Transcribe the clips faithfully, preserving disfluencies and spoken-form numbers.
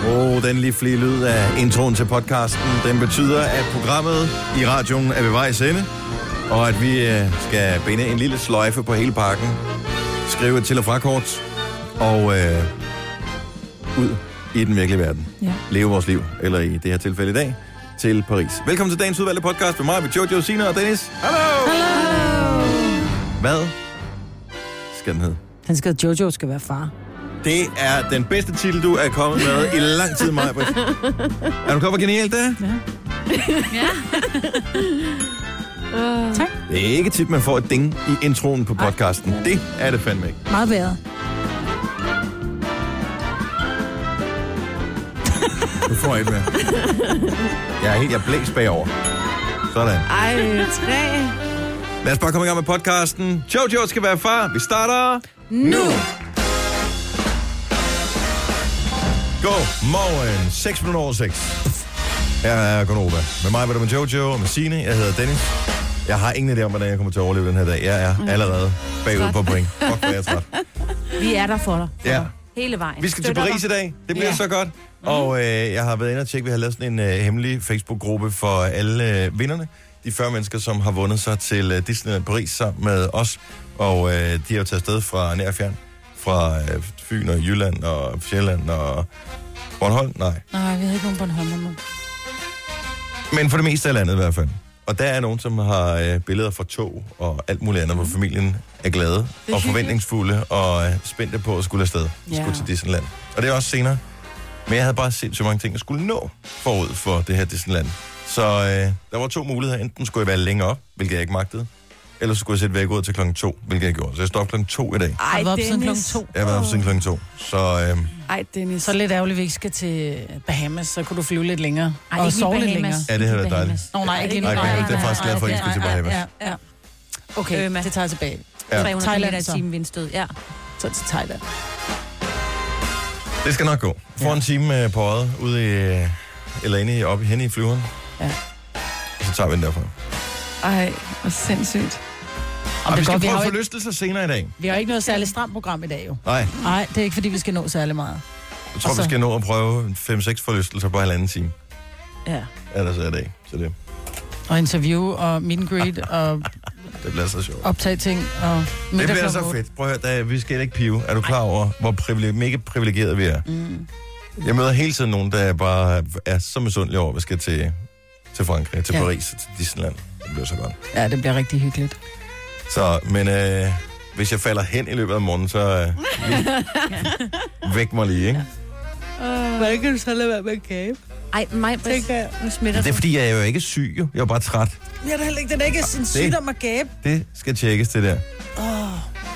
Og den livlige lyd af introen til podcasten, den betyder, at programmet i radioen er ved vejs ende, og at vi skal binde en lille sløjfe på hele parken, skrive et til- og frakort, og øh, ud i den virkelige verden. Ja. Leve vores liv, eller i det her tilfælde i dag, til Paris. Velkommen til dagens udvalgte podcast med mig, med Jojo, Sina og Dennis. Hallo! Hallo! Hvad skal den hedde? Den skal Jojo skal være far. Det er den bedste titel, du er kommet med i lang tid, Maja. Er du kommet genialt, det? Ja. Ja. uh. Tak. Det er ikke tit, man får et ding i introen på podcasten. Ej. Det er det fandme ikke. Meget bedre. Du får et med. Jeg er helt, jeg blæs bagover. Sådan. Ej, tre. Lad os bare komme i gang med podcasten. Jojo skal være far. Vi starter nu. God morgen. seks minutter over seks. Her er Gonova. Med mig var det med Jojo og med Signe. Jeg hedder Dennis. Jeg har ingen idé om, hvordan jeg kommer til at overleve den her dag. Jeg er allerede bagud på point. Fuck, hvor er jeg træt. Vi er der for dig. For ja. dig. Hele vejen. Vi skal til Paris i dag. Det bliver ja. så godt. Og øh, jeg har været inde og tjekke, vi har lavet sådan en øh, hemmelig Facebook-gruppe for alle øh, vinderne. De fyrre mennesker, som har vundet sig til øh, Disneyland Paris sammen med os. Og øh, de har jo taget afsted fra nær og fjern. Fra øh, Fyn og Jylland og Sjælland og Bornholm. Nej. Nej, vi har ikke nogen Bornholm nu. Men for det meste af landet i hvert fald. Og der er nogen, som har øh, billeder fra tog og alt muligt andet, hvor familien er glade og forventningsfulde og øh, spændte på at skulle afsted. Ja. Skulle til Disneyland. Og det er også senere. Men jeg havde bare set så mange ting, jeg skulle nå forud for det her Disneyland. Så øh, der var to muligheder. Enten skulle jeg være længere op, hvilket jeg ikke magtede, eller så skulle jeg sætte væk ud til klokken to, hvilket jeg gjorde. Så jeg stod op klokken to i dag. Ej, jeg var op siden klokken to. Jeg var op siden klokken to. Så, øh, Ej, Dennis. Så lidt ærgerligt, at vi ikke skal til Bahamas, så kunne du flyve lidt længere. Ej, og sove lidt længere. Ja, det havde været dejligt. Nå, nej, ikke nej, nej, nej, det er faktisk glad for, at I skal til Bahamas. Ja, ja. Okay, det tager jeg tilbage. Ja. tre hundrede kilometer i timen vindstød, ja. Så til Thailand. Det skal nok gå. Få ja. en time på øjet ude i, eller inde i, oppe henne i flyveren. Ja. Og så tager vi den derfra. Ej, hvor sindssygt. Og, og vi skal prøve forlystelser senere i dag. Vi har ikke noget særligt stramt program i dag, jo. Nej. Nej, det er ikke, fordi vi skal nå særlig meget. Jeg tror, så... vi skal nå at prøve fem seks forlystelser på halvanden time. Ja. Ellers er det ikke, så det. Og interview, og meet and greet, og... Det bliver så sjovt. Optage ting, og... Det bliver så fedt. Prøv at høre, der, vi skal ikke pive. Er du klar over, hvor privileg- mega privilegerede vi er? Mm. Jeg møder hele tiden nogen, der bare er så misundelige over, at vi skal til, til Frankrig, til ja. Paris, til Disneyland. Det bliver så godt. Ja, det bliver rigtig hyggeligt. Så, men øh, hvis jeg falder hen i løbet af morgenen, så øh, lige, væk mig lige, ikke? Uh, Hvordan kan du så lade være med at gabe? Ej, mig, tænker jeg. Det er fordi, jeg er jo ikke syg, jo. Jeg er bare træt. Jeg er da heller ikke, det er ikke en sygdom at gabe. Det skal tjekkes, det der. Åh, oh.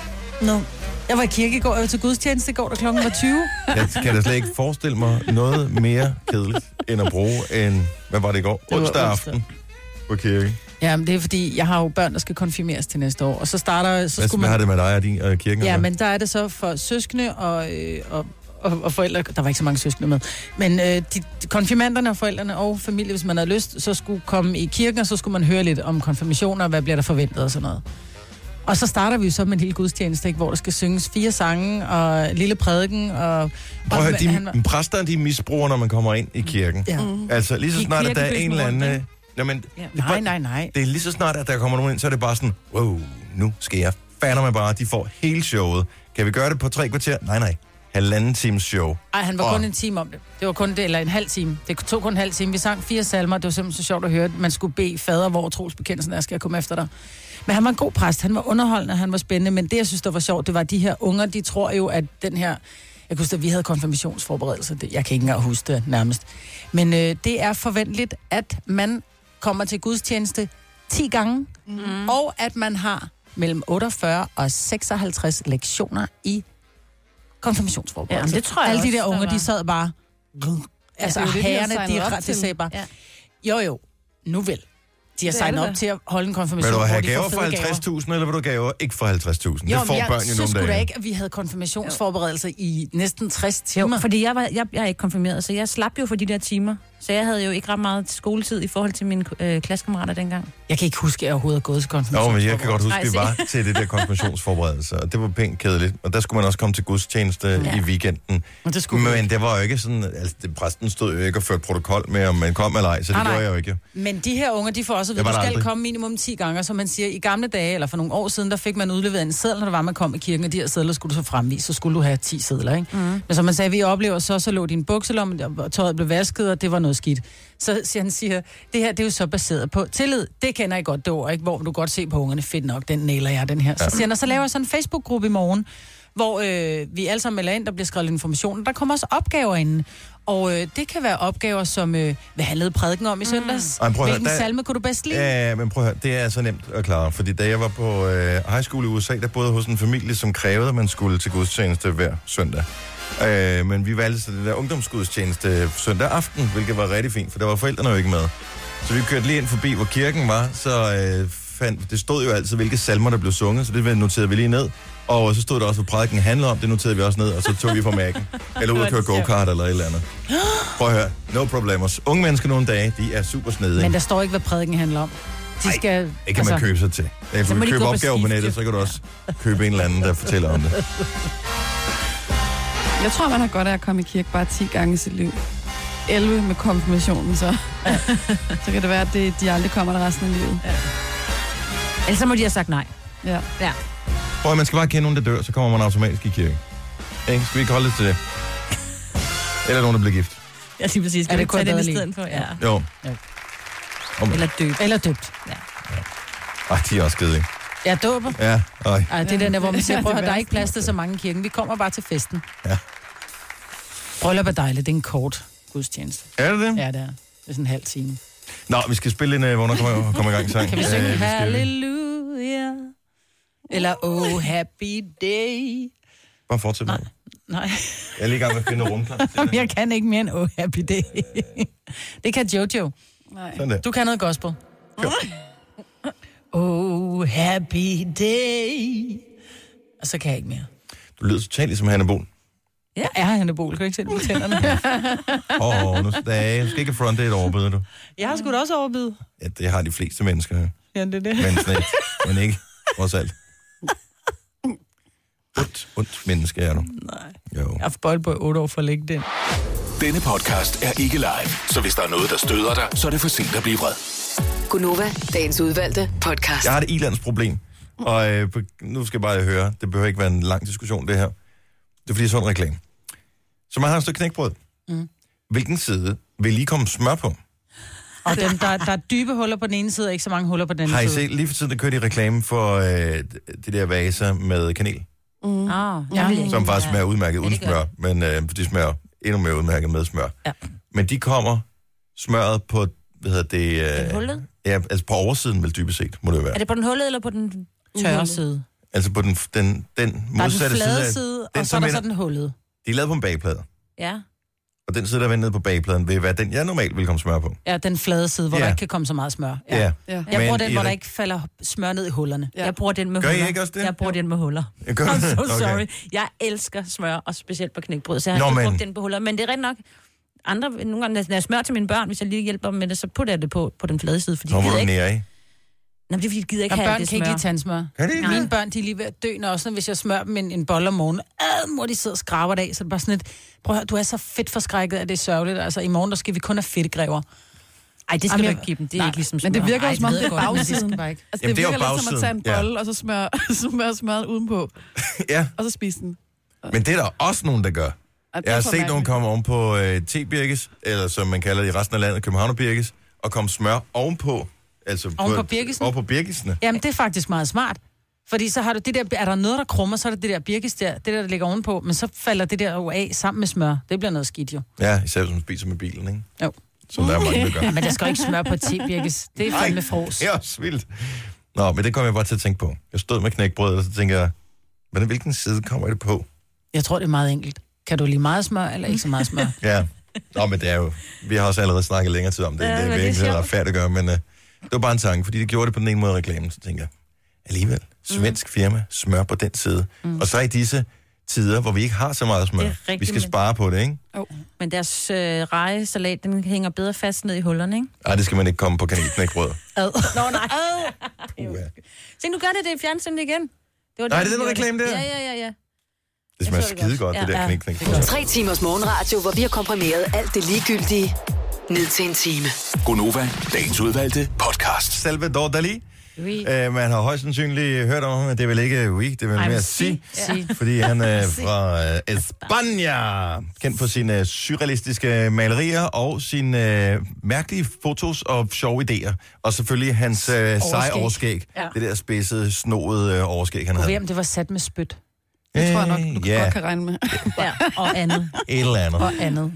no. Jeg var i kirke i går, jeg var til gudstjeneste i går, da klokken var tyve. Jeg kan da slet ikke forestille mig noget mere kedeligt, end at bruge en, hvad var det i går? Det onsdag aften på kirke. Ja, men det er fordi, jeg har jo børn, der skal konfirmeres til næste år, og så starter... Så hvad skulle man... man... har det med dig og din og kirken? Ja, men der er det så for søskende og, øh, og, og, og forældre. Der var ikke så mange søskende med. Men øh, de, de konfirmanderne og forældrene og familie, hvis man havde lyst, så skulle komme i kirken, og så skulle man høre lidt om konfirmationer, og hvad bliver der forventet og sådan noget. Og så starter vi jo så med en lille gudstjeneste, ikke, hvor der skal synges fire sange og lille prædiken. Og, Prøv at høre, de, han... præster, de misbruger, når man kommer ind i kirken. Ja. Mm. Altså lige så snart, at der er en eller anden... Nå, men, ja. Nej, nej, nej. Det er lige så snart, at der kommer nogen ind, så er det bare sådan, wow, nu skal jeg fander mig bare, de får hele showet. Kan vi gøre det på tre kvarter? Nej, nej. Halvanden times show. Ej, han var og... kun en time om det. Det var kun det, eller en halv time. Det tog kun en halv time. Vi sang fire salmer. Det var simpelthen så sjovt at høre. Man skulle bede fader, hvor trosbekendelsen er, skal jeg komme efter dig. Men han var en god præst. Han var underholdende, han var spændende. Men det, jeg synes, der var sjovt, det var de her unger, de tror jo, at den her... Jeg kunne huske, at vi havde konfirmationsforberedelser. Jeg kan ikke engang huske det nærmest. Men øh, det er forventeligt, at man kommer til gudstjeneste ti gange, mm. og at man har mellem otteogfyrre og seksoghalvtreds lektioner i konfirmationsforberedelse. Ja, det tror jeg alle de også, der unger, der de sad bare... Altså, ja, herrerne, de, de sagde bare... Ja. Jo, jo, nu vel. De har signet op til at holde en konfirmation. Vil du have gaver for halvtreds tusind, eller vil du gaver ikke for halvtreds tusind? Det får børn jo nogle dage. Jeg synes sgu da ikke, at vi havde konfirmationsforberedelser i næsten tres timer. Jo, fordi jeg, var, jeg, jeg er ikke konfirmeret, så jeg slap jo for de der timer. Så jeg havde jo ikke ret meget skoletid i forhold til mine øh, klassekammerater dengang. Jeg kan ikke huske, at jeg overhovedet er gået til konfirmation. Jo, men jeg kan godt huske, at vi var til det der konfirmationsforberedelse, og det var pænt kedeligt. Og der skulle man også komme til gudstjeneste ja. i weekenden. Det skulle men det var jo ikke sådan, altså det, præsten stod jo ikke og førte protokol med, om man kom eller ej, så det nej, gjorde jeg jo ikke. Men de her unge, de får også at vide, du skal aldrig. komme minimum ti gange, som man siger, i gamle dage, eller for nogle år siden, der fik man udleveret en seddel, når der var, man kom i kirken, og de her sedler skulle du så fremvise, så skulle du have ti sedler, ikke? Mm. Men som man sagde, vi oplever så, så lå din bukselomme, og tøjet blev vasket, og det var noget skidt. Så siger han siger, det her, det er jo så baseret på tillid. Det kender I godt, det ord, ikke? Hvor du godt se på ungerne, fedt nok, den nailer jeg, den her. Så siger han, og så laver jeg sådan en Facebook-gruppe i morgen, hvor øh, vi alle sammen melder ind, der bliver skrevet information. Der kommer også opgaver inde. Og øh, det kan være opgaver, som, øh, hvad handlede prædiken om i søndags? Mm. Hvilken der, salme kunne du bedst lide? Ja, men prøv at høre, det er så nemt at klare. Fordi da jeg var på øh, high school i U S A, der boede hos en familie, som krævede, at man skulle til gudstjeneste hver søndag. Øh, men vi valgte så det der ungdomsgudstjeneste søndag aften, hvilket var rigtig fint, for der var forældrene jo ikke med. Så vi kørte lige ind forbi, hvor kirken var, så øh, fandt, det stod jo altid, hvilke salmer der blev sunget, så det noterede vi lige ned. Og så stod der også, hvad prædiken handler om, det noterede vi også ned, og så tog vi fra mærken. Eller ud og køre go-kart eller et eller andet. Prøv at høre, no problemers. Unge mennesker nogle dage, de er super snedige. Men der står ikke, hvad prædiken handler om. De skal, Ej, det kan man altså, købe sig til. Hvis du køber opgaver på nettet, så kan du også købe en eller anden, der fortæller om det. Jeg tror, man har godt af at komme i kirke bare ti gange i sit liv. elleve med konfirmationen, så. Ja. Så kan det være, at det, de aldrig kommer der resten af livet. Ja. Ellers så må de have sagt nej. Ja. Ja. Prøv, man skal bare kende nogen, der dør, så kommer man automatisk i kirke. Ikke? Skal vi ikke holde det til det? Eller nogen, der bliver gift. Ja, lige præcis. Skal ja, vi tage den i stedet for? Ja. Jo. Ja. Om... Eller døbt. Eller døbt. Ja. Ja. Ej, de er også skedige. Ja, dåber. Ja, øj. Ej, det er den der, hvor man siger, prøv at der er ikke plads til så mange i kirken. Vi kommer bare til festen. Ja. Bryllup er dejligt. Det er en kort gudstjeneste. Er det det? Ja, det er. Det er sådan en halv time. Nå, vi skal spille en, hvor der kommer, kommer i gang sang. Kan vi synge uh, Halleluja? Eller Oh Happy Day? Bare fortsæt med. Nej. Nej. Jeg er lige i gang med at finde rumklar. Jeg kan ikke mere end Oh Happy Day. Det kan Jojo. Nej. Sådan der. Du kan noget gospel. Jo. Oh Happy Day. Og så kan jeg ikke mere. Du lyder totalt ligesom Hanne Bol. Ja, jeg er Hanne Bol. Kan du ikke sætte på tænderne? Åh, oh, nu skal du ikke fronte et overbid, du. Jeg har sgu da også overbid. Ja, det har de fleste mennesker. Ja, det er det. Men sådan et, men ikke også alt. Ondt, ondt menneske er du. Nej. Jo. Jeg har haft bold på otte år for at lægge det. Denne podcast er ikke live, så hvis der er noget, der støder dig, så er det for sent at blive vred. Gunova, dagens udvalgte podcast. Jeg har et ilandsproblem, og øh, nu skal jeg bare høre, det behøver ikke være en lang diskussion, det her. Det er fordi, sådan en reklame. Så man har et stykke knækbrød. Mm. Hvilken side vil lige komme smør på? Og dem, der, der er dybe huller på den ene side, og ikke så mange huller på den anden side. side. Har I set, lige for tiden, der kørte i reklame for øh, de der vaser med kanel? Mm. Ah, ja. Som faktisk smager udmærket uden smør, men øh, de smager endnu mere udmærket med smør. Ja. Men de kommer smøret på, hvad hedder det? Øh, hullet? Ja, altså på oversiden vel dybest set, må det være. Er det på den hullede eller på den tørre side? Altså på den, den, den modsatte side. Der er den flade side, den, og så er der så den hullede. De er lavet på en bagplade. Ja. Og den side, der vender ned på bagpladen, vil være den, jeg normalt vil komme smør på. Ja, den flade side, hvor ja. der ikke kan komme så meget smør. Ja. ja. ja. Jeg bruger den, hvor der ikke falder smør ned i hullerne. Ja. Jeg bruger den med Gør huller. I ikke også det? Jeg bruger den med huller. Jeg gør I'm so okay. sorry. Jeg elsker smør, og specielt på knækbrød, så jeg har Nå, ikke men... brugt den på huller. Men det er rigtig nok. Andre, nogle gange, når jeg smør til mine børn, hvis jeg lige hjælper dem med det, så putter jeg det på, på den flade side. Fordi Hvor de var du ikke... nære i? Nå, det er fordi, de gider ikke og have børn det kan smør. ikke lide tandsmør. Kan de? Mine børn, de er lige ved at dø, når også, hvis jeg smører dem en, en bolle om morgenen. Øh, mor, de sidder og skraber det af, så det er bare sådan et, prøv at høre, du er så fedt forskrækket, at det er sørgeligt. Altså, i morgen, der skal vi kun have fedtegræver. Ej, det skal Jamen, du ikke give dem. Det er nej, ikke ligesom smør. Men det virker jo som om, det er bagsiden. Altså, Jamen, det, det virker lidt som at tage en bolle, ja. og så smøre, smør smøret udenpå. Ja. Og så spise den. Men det er der også nogen, der gør. Jeg har set nogen komme oven på øh, T-birkes, eller som man kalder det i resten af landet, Københavner-birkes, og komme smør ovenpå. Altså oven på birkesen? Oven på birkesene. Jamen, det er faktisk meget smart. Fordi så har du det der, er der noget, der krummer, så er det det der birkes der, det der, der ligger ovenpå, men så falder det der jo af sammen med smør. Det bliver noget skidt jo. Ja, især hvis man spiser med bilen, ikke? Jo. Som der er mange, der gør. Ja, men der skal ikke smør på T-birkes. Det er fandme fros. Det er også vildt. Nå, men det kom jeg bare til at tænke på. Jeg stod med knækbrød, og så tænker jeg, men hvilken side kommer det på? Jeg tror, det er meget enkelt. Kan du lide meget smør, eller ikke så meget smør? Ja. Nå, men det er jo... Vi har også allerede snakket længere tid om det. Ja, det er virkelig ret færdigt at gøre, men uh, det var bare en tanke, fordi det gjorde det på den ene måde i reklamen. Så tænker jeg, alligevel, svensk firma, smør på den side. Mm. Og så i disse tider, hvor vi ikke har så meget smør. rigtigt, Vi skal men- spare på det, ikke? Oh. Men deres øh, rejesalat, den hænger bedre fast ned i hullerne, ikke? Nej, det skal man ikke komme på kanelknækbrød. Ad. Nå, nej. Se, nu gør det det i fjernsynet igen. Det var Nej, det er de den gjorde reklame der? Ja, ja, ja, ja. Det smager så det skide godt. godt, det Ja, der ja. knæk-knæk. Tre timers morgenradio, hvor vi har komprimeret alt det ligegyldige ned til en time. Gonova, dagens udvalgte podcast. Salvador Dalí. Oui. Uh, man har højst sandsynligt hørt om ham, men det er vel ikke oui, det er vel Ej, mere men si, si. fordi han er fra uh, España, kendt for sine surrealistiske malerier og sine uh, mærkelige fotos og sjove idéer, og selvfølgelig hans uh, seje overskæg, Ja. det der spidsede, snoede uh, overskæg, han Jeg ved, havde. om det var sat med spyt. Det tror jeg nok, du ja, godt kan regne med. Ja, og andet. et eller andet. Og andet.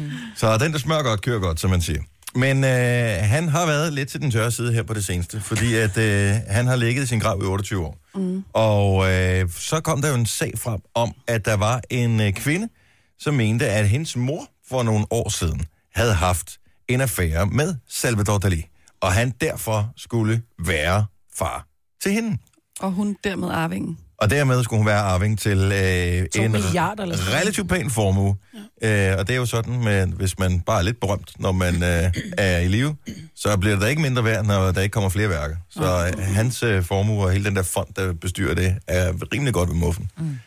Så den, der smører godt, kører godt, som man siger. Men øh, han har været lidt til den tørre side her på det seneste, fordi at øh, han har ligget i sin grav i otteogtyve år. Mm. Og øh, så kom der jo en sag frem om, at der var en øh, kvinde, som mente, at hendes mor for nogle år siden havde haft en affære med Salvador Dalí. Og han derfor skulle være far til hende. Og hun dermed arvingen. Og dermed skulle hun være arving til øh, To en milliarder eller sådan noget. relativt pæn formue. Ja. Øh, og det er jo sådan, med, hvis man bare er lidt berømt, når man øh, er i live, så bliver det da ikke mindre værd, når der ikke kommer flere værker. Så øh, hans øh, formue og hele den der fond, der bestyrer det, er rimelig godt ved muffen. Mm.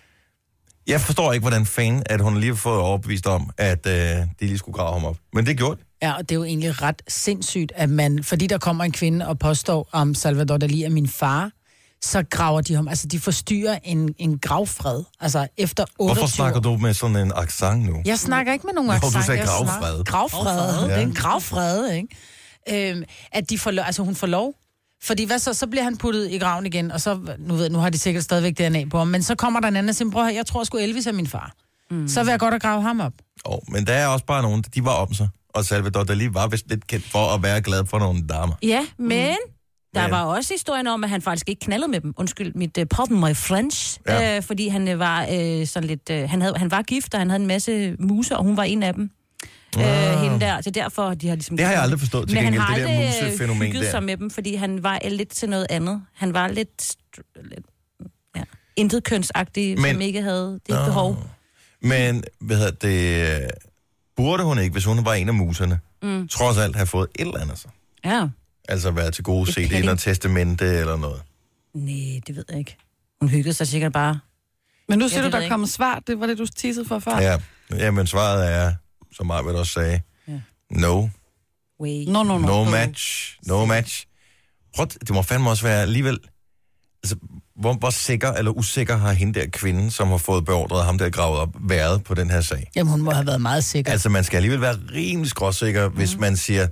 Jeg forstår ikke, hvordan fanden, at hun lige har fået overbevist om, at øh, de lige skulle grave ham op. Men det gjorde det. Ja, og det er jo egentlig ret sindssygt, at man, fordi der kommer en kvinde og påstår, om Salvador Dalí er min far, så graver de ham, altså de forstyrrer en, en gravfred, altså efter otteogtyve Hvorfor snakker du med sådan en accent nu? Jeg snakker ikke med nogen Nå, accent. du sagde jeg gravfred. snakker- Gravfred, Ja. det er en gravfred, ikke? Øhm, at de får lov, altså hun får lov. Fordi hvad så, så bliver han puttet i graven igen, og så, nu ved nu har de sikkert stadigvæk D N A på ham, men så kommer der en anden og siger, bror, jeg tror sgu Elvis er min far. Mm. Så vil jeg godt at grave ham op. Oh, men der er også bare nogen, de var om sig. Og Salvador Dalí var vist lidt kendt for at være glad for nogle damer. Ja, men der Men- var også historien om, at han faktisk ikke knaldede med dem. Undskyld, mit uh, pardon my French. Ja. Ja. Øh, fordi han øh, var øh, sådan lidt... Øh, han, havde, han var gift, og han havde en masse muser, og hun var en af dem. Øh, hende der. Så derfor, de har ligesom... Det har jeg aldrig forstået til Men han gengæld, har det der aldrig øh, musefænomen hygget der. sig med dem, fordi han var lidt til noget andet. Han var lidt... str- lidt ja, intet kønsagtig, Men- som ikke havde det Nå. behov. Men, hvad hedder det... Burde hun ikke, hvis hun var en af muserne, mm. trods alt have fået et eller andet så? Ja. Altså været til gode Et set petting. eller testamente eller noget. Nej, det ved jeg ikke. Hun hyggede sig sikkert bare. Men nu siger Ja, du, det ved der jeg kommer svar. Det var det, du teasede for før. Ja, jamen svaret er, som Marvind også sagde, Ja. no. Way. No, no, no. No match. No match. Prøv, at- det må fandme også være alligevel... Altså, hvor, hvor sikker eller usikker har hende der kvinde, som har fået beordret ham der gravet op, været på den her sag? Jamen, hun må have været meget sikker. Altså, man skal alligevel være rimelig skråsikker, mm. hvis man siger,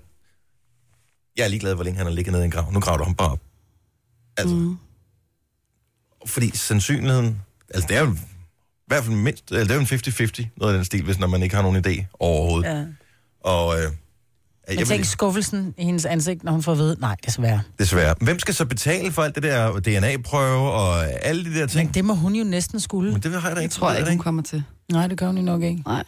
jeg er ligeglad, hvor længe han har ligget nede i en grav. Nu graver du ham bare op. Altså, mm. fordi sandsynligheden... Altså, det er jo i hvert fald mindst... Eller det er jo en halvtreds halvtreds, noget af den stil, hvis når man ikke har nogen idé overhovedet. Ja. Og... Øh, Jeg tænker skuffelsen i hendes ansigt, når hun får at vide, nej, desværre. Desværre. Hvem skal så betale for alt det der D N A-prøve og alle de der ting? Men det må hun jo næsten skulle. Men det har jeg da Det ikke tror jeg ved ikke, det hun kommer til. Nej, det gør hun jo nok ikke. Nej.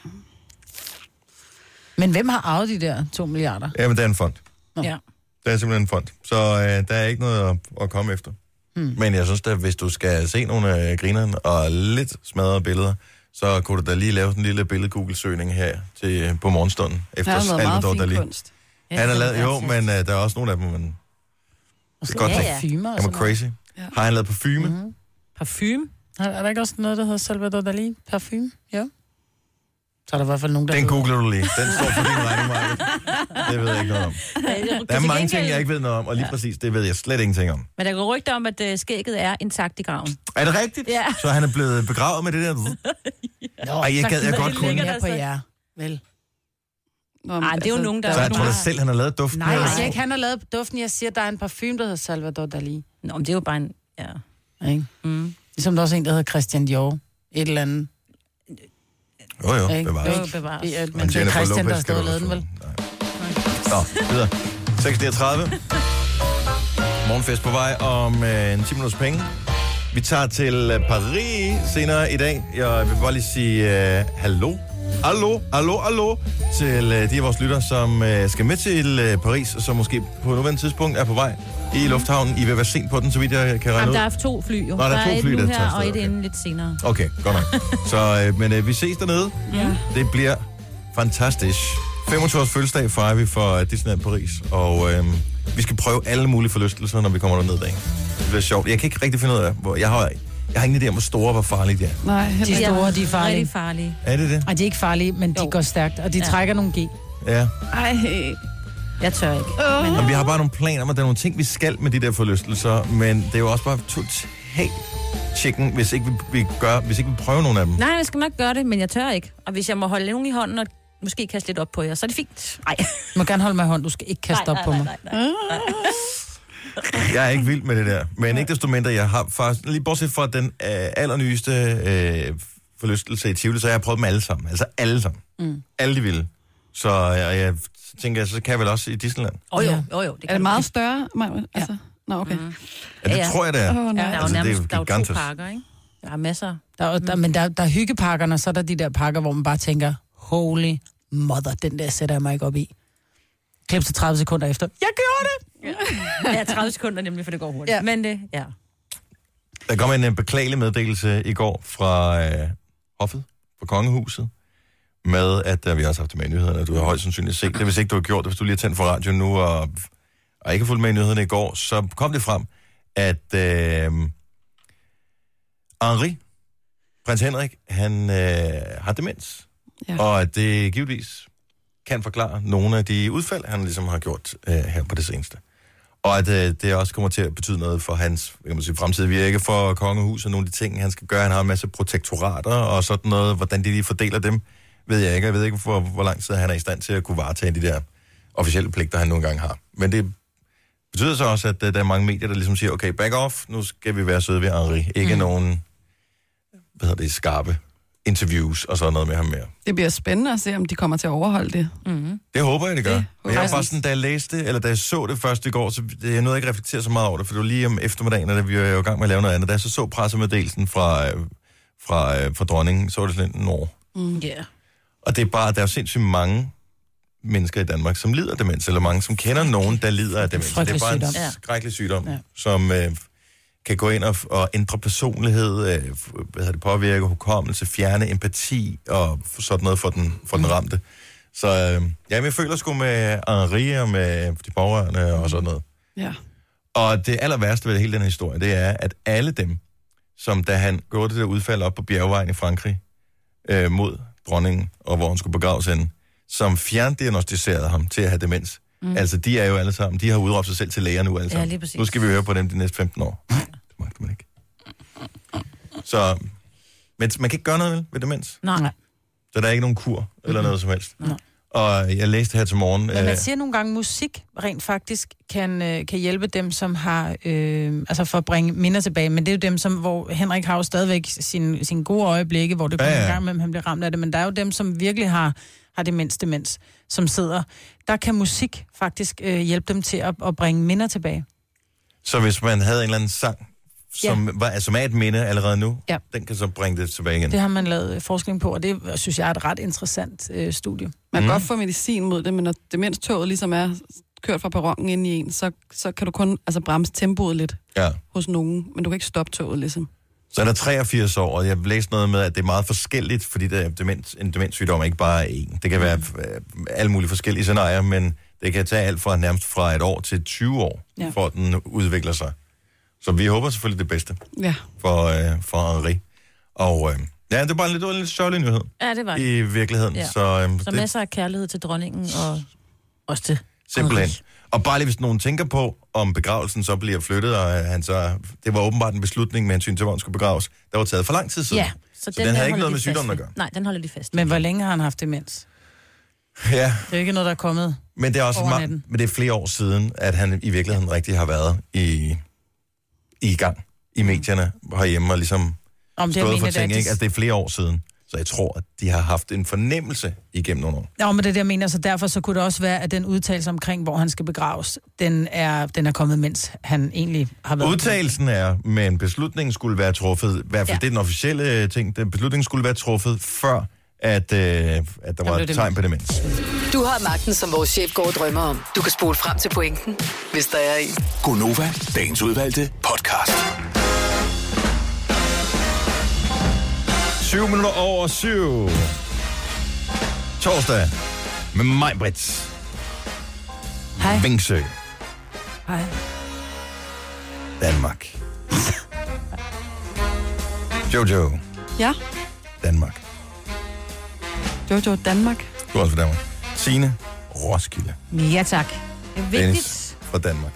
Men hvem har arvet de der to milliarder? Jamen, der er en fond. Ja. Der er simpelthen en fond. Så øh, der er ikke noget at, at komme efter. Hmm. Men jeg synes da, hvis du skal se nogle af grinerne og lidt smadrede billeder, så kunne du da lige lave sådan en lille billed-Google-søgning her til, på morgenstunden. Efter Han har noget meget Salvador fin Dalí. kunst. Han har lavet, jo, men uh, der er også nogle af dem, men Og så godt ja, tænkt. ja. Parfumer og han var sådan noget. crazy. Ja. Har han lavet parfume? Mhm. Parfume? Er, er der ikke også noget, der hedder Salvador Dalí? Parfume? Jo. Så er der i hvert fald nogen, der Den hedder- googler du lige. Den står for din regning, Maja. Det ved jeg ikke noget om. Der er mange ting, jeg ikke ved noget om, og lige præcis, det ved jeg slet ingenting om. Men der går rygter om, at uh, skægget er intakt i graven. Er det rigtigt? Ja. Så han er blevet begravet med det der? Nå, Ej, jeg så gad jeg gider godt ikke kunne. længere Ligger på der jer. Vel. Nå, men Ej, det er jo nogen, der- Så jeg tror da Nej. selv, han har lavet duften. Nej, eller? jeg siger ikke, han har lavet duften. Jeg siger, der er en parfume, der hedder Salvador Dalí. Nå, men det er jo bare en... Ja. Ikke? Mm. Ligesom der er også en, der hedder Christian Dior. Et eller andet. Jo, jo, Ikke? bevares. Jo, bevares. Det er, Og men det er Jennifer Christian, der Lopez har skal stået og du lavet den, også vel? få. Nej. Nå, videre. seks niogtredive. Morgenfest på vej om øh, en ti minutters penge. Vi tager til øh, Paris senere i dag. Jeg vil bare lige sige øh, hallo Allo, allo, allo til uh, de af vores lytter, som uh, skal med til uh, Paris, og som måske på nuværende tidspunkt er på vej i lufthavnen. I vil være sent på den, så vidt jeg kan regne Jamen, ud. der er to fly, jo. Nå, der er to et fly, nu der her, tager afsted, og et okay. inden lidt senere. Okay, godt nok. Så, uh, men uh, vi ses dernede. Ja. Det bliver fantastisk. femogtyve års fødselsdag fejrer vi for Disneyland Paris, og øh, vi skal prøve alle mulige forlystelser, når vi kommer derned dag. Det bliver sjovt. Jeg kan ikke rigtig finde ud af, hvor jeg har, jeg har ingen idé om, hvor store og hvor farlige de er. Nej, heller De ikke. store, de er farlige. Rigtig farlige. Er det det? Ej, de er ikke farlige, men de Jo. går stærkt, og de Ja. trækker nogle G. Ja. Ej, Jeg tør ikke. Åh. Og vi har bare nogle planer om, at der er nogle ting, vi skal med de der forlystelser, men det er jo også bare totalt chicken, hvis ikke vi, vi gør, hvis ikke vi prøver nogle af dem. Nej, jeg skal nok gøre det, men jeg tør ikke. Og hvis jeg må holde nogen i hånden og måske kaste lidt op på jer, så er det fint. Nej. Du må gerne holde mig i hånd, du skal ikke kaste nej, op på nej, mig. nej, nej, nej. Jeg er ikke vild med det der, men ikke desto mindre, jeg har faktisk, lige bortset fra den øh, allernyeste øh, forlystelse i Tivoli, så jeg har prøvet dem alle sammen. Altså alle sammen. Mm. Alle de vilde. Så jeg, jeg tænker, så kan jeg vel også i Disneyland. Åh oh, jo, Ja. jo, jo. Det Er kan det du meget ikke. større, Maja? Altså, nå, okay. Mm. Ja, det Ja, ja. tror jeg, det er. Åh, nej. Ja, der er jo Altså, det er nærmest jo der er jo to gigantisk. parker, ikke? Der er masser. Der er, der, men der, der er hyggepakkerne, og så er der de der pakker, hvor man bare tænker, holy mother, den der sætter jeg mig ikke op i. Klip til tredive sekunder efter. Jeg gjorde det! Ja, tredive sekunder nemlig, for det går hurtigt. Ja. Ja. Men det, ja. Der kom en, en beklagelig meddelelse i går fra øh, hoffet, fra kongehuset, med at øh, vi har også haft det med i nyhederne, og du har højst sandsynligt set det, hvis ikke du har gjort det, hvis du lige har tændt for radioen nu, og, og ikke har fulgt med i nyhederne i går, så kom det frem, at øh, Henri, prins Henrik, han øh, har demens, Ja. og at det givetvis kan forklare nogle af de udfald, han ligesom har gjort øh, her på det seneste. Og at øh, det også kommer til at betyde noget for hans kan man sige, fremtidige virke for kongehuset, og nogle af de ting, han skal gøre. Han har en masse protektorater og sådan noget. Hvordan de lige fordeler dem, ved jeg ikke. Jeg ved ikke, hvor, hvor lang tid han er i stand til at kunne varetage de der officielle pligter, han nogle gange har. Men det betyder så også, at øh, der er mange medier, der ligesom siger, okay, back off, nu skal vi være søde ved Henri. Ikke mm. nogen, hvad hedder det, skarpe interviews og sådan noget med ham mere. Det bliver spændende at se, om de kommer til at overholde det. Mm-hmm. Det håber jeg, det gør. Det Men jeg var håber bare jeg. sådan, da jeg læste, eller da jeg så det først i går, så det, jeg nåede ikke reflektere så meget over det, for det var lige om eftermiddagen, da vi var jo i gang med at lave noget andet. Da jeg så så pressemeddelelsen fra, øh, fra, øh, fra dronningen, så var det sådan en år. Mm. Yeah. Og det er bare, der er jo sindssygt mange mennesker i Danmark, som lider af demens, eller mange, som kender nogen, der lider af demens. Det er frygtelig bare en sygdom. Ja. skrækkelig sygdom, Ja. som øh, kan gå ind og, og ændre personlighed, øh, hvad hedder det, påvirke hukommelse, fjerne empati og sådan noget for den, for den ramte. Så øh, ja, jeg føler sgu med Henri og med de pårørende og sådan noget. Ja. Og det aller værste ved hele den her historie, det er, at alle dem, som da han gjorde det der udfald op på bjergvejen i Frankrig øh, mod dronningen, og hvor han skulle begraves henne, som fjerndiagnostiserede ham til at have demens. Mm. Altså, de er jo alle sammen, de har udråbt sig selv til læger nu alle sammen. lige præcis. Nu skal vi høre på dem de næste femten år. Det magter man ikke. Så, men man kan ikke gøre noget vel, ved demens. Nej. Så der er ikke nogen kur eller Mhm. noget som helst. Nej. Og jeg læste her til morgen... Men øh, man siger nogle gange, at musik rent faktisk kan, øh, kan hjælpe dem, som har, øh, altså for at bringe minder tilbage. Men det er jo dem, som, hvor Henrik har jo stadigvæk sine sin gode øjeblikke, hvor det kommer Ja, ja, ja. ja. en gang med, han bliver ramt af det. Men der er jo dem, som virkelig har, har demens, demens, som sidder. Der kan musik faktisk øh, hjælpe dem til at, at bringe minder tilbage. Så hvis man havde en eller anden sang, som, ja. var, som er et minde allerede nu, Ja. den kan så bringe det tilbage igen. Det har man lavet øh, forskning på, og det synes jeg er et ret interessant øh, studie. Man kan Mm. godt få medicin mod det, men når demenstoget ligesom er kørt fra perronen ind i en, så, så kan du kun altså, bremse tempoet lidt Ja. hos nogen, men du kan ikke stoppe toget ligesom. Så er der treogfirs år, og jeg har læst noget med, at det er meget forskelligt, fordi der er demens, en demenssygdom er ikke bare én. Det kan være øh, alle mulige forskellige scenarier, men det kan tage alt fra nærmest fra et år til tyve år, ja. Ja. for at den udvikler sig. Så vi håber selvfølgelig det bedste Ja. for, øh, for Henri. Og øh, ja, det er bare en lidt, en lidt sørgelig nyhed Ja, det var det. i virkeligheden. Ja. Så, øh, Så det, masser af kærlighed til dronningen, og også til simpelthen. Henrik. Og bare lige hvis nogen tænker på, om begravelsen så bliver flyttet, og øh, han så, det var åbenbart en beslutning med hensyn til, hvor han skulle begraves, der var taget for lang tid siden. Ja, så, så den, den der havde ikke holder noget de med fast sygdommen at ved. gøre. Nej, den holder de fast. Men hvor længe har han haft demens? Ja, Det er jo ikke noget, der er kommet. men det er også Over ma- natten. men det er flere år siden, at han i virkeligheden rigtig har været i, i gang i medierne herhjemme og ligesom Om det, jeg stået mener, for det er, ting, de- ikke? Altså det er flere år siden. Så jeg tror, at de har haft en fornemmelse igennem nogle år. Ja, men det er det, jeg mener, så derfor så kunne det også være, at den udtalelse omkring, hvor han skal begraves, den er, den er kommet, mens han egentlig har været... Udtalelsen er, men beslutningen skulle være truffet, i hvert fald ja. Ja. det er den officielle ting, den beslutningen skulle være truffet, før at, øh, at der var blev et tegn på demens. Du har magten, som vores chef går og drømmer om. Du kan spole frem til pointen, hvis der er en. Gonova, dagens udvalgte podcast. Syv minutter over syv. Torsdag med mig, Brits. Hej. Vingsø, Hej. Danmark. Jojo, Ja, Danmark. Jojo Danmark. Du er også fra Danmark. Signe, Roskilde. Ja, tak. Det er vigtigt. Dennis fra Danmark.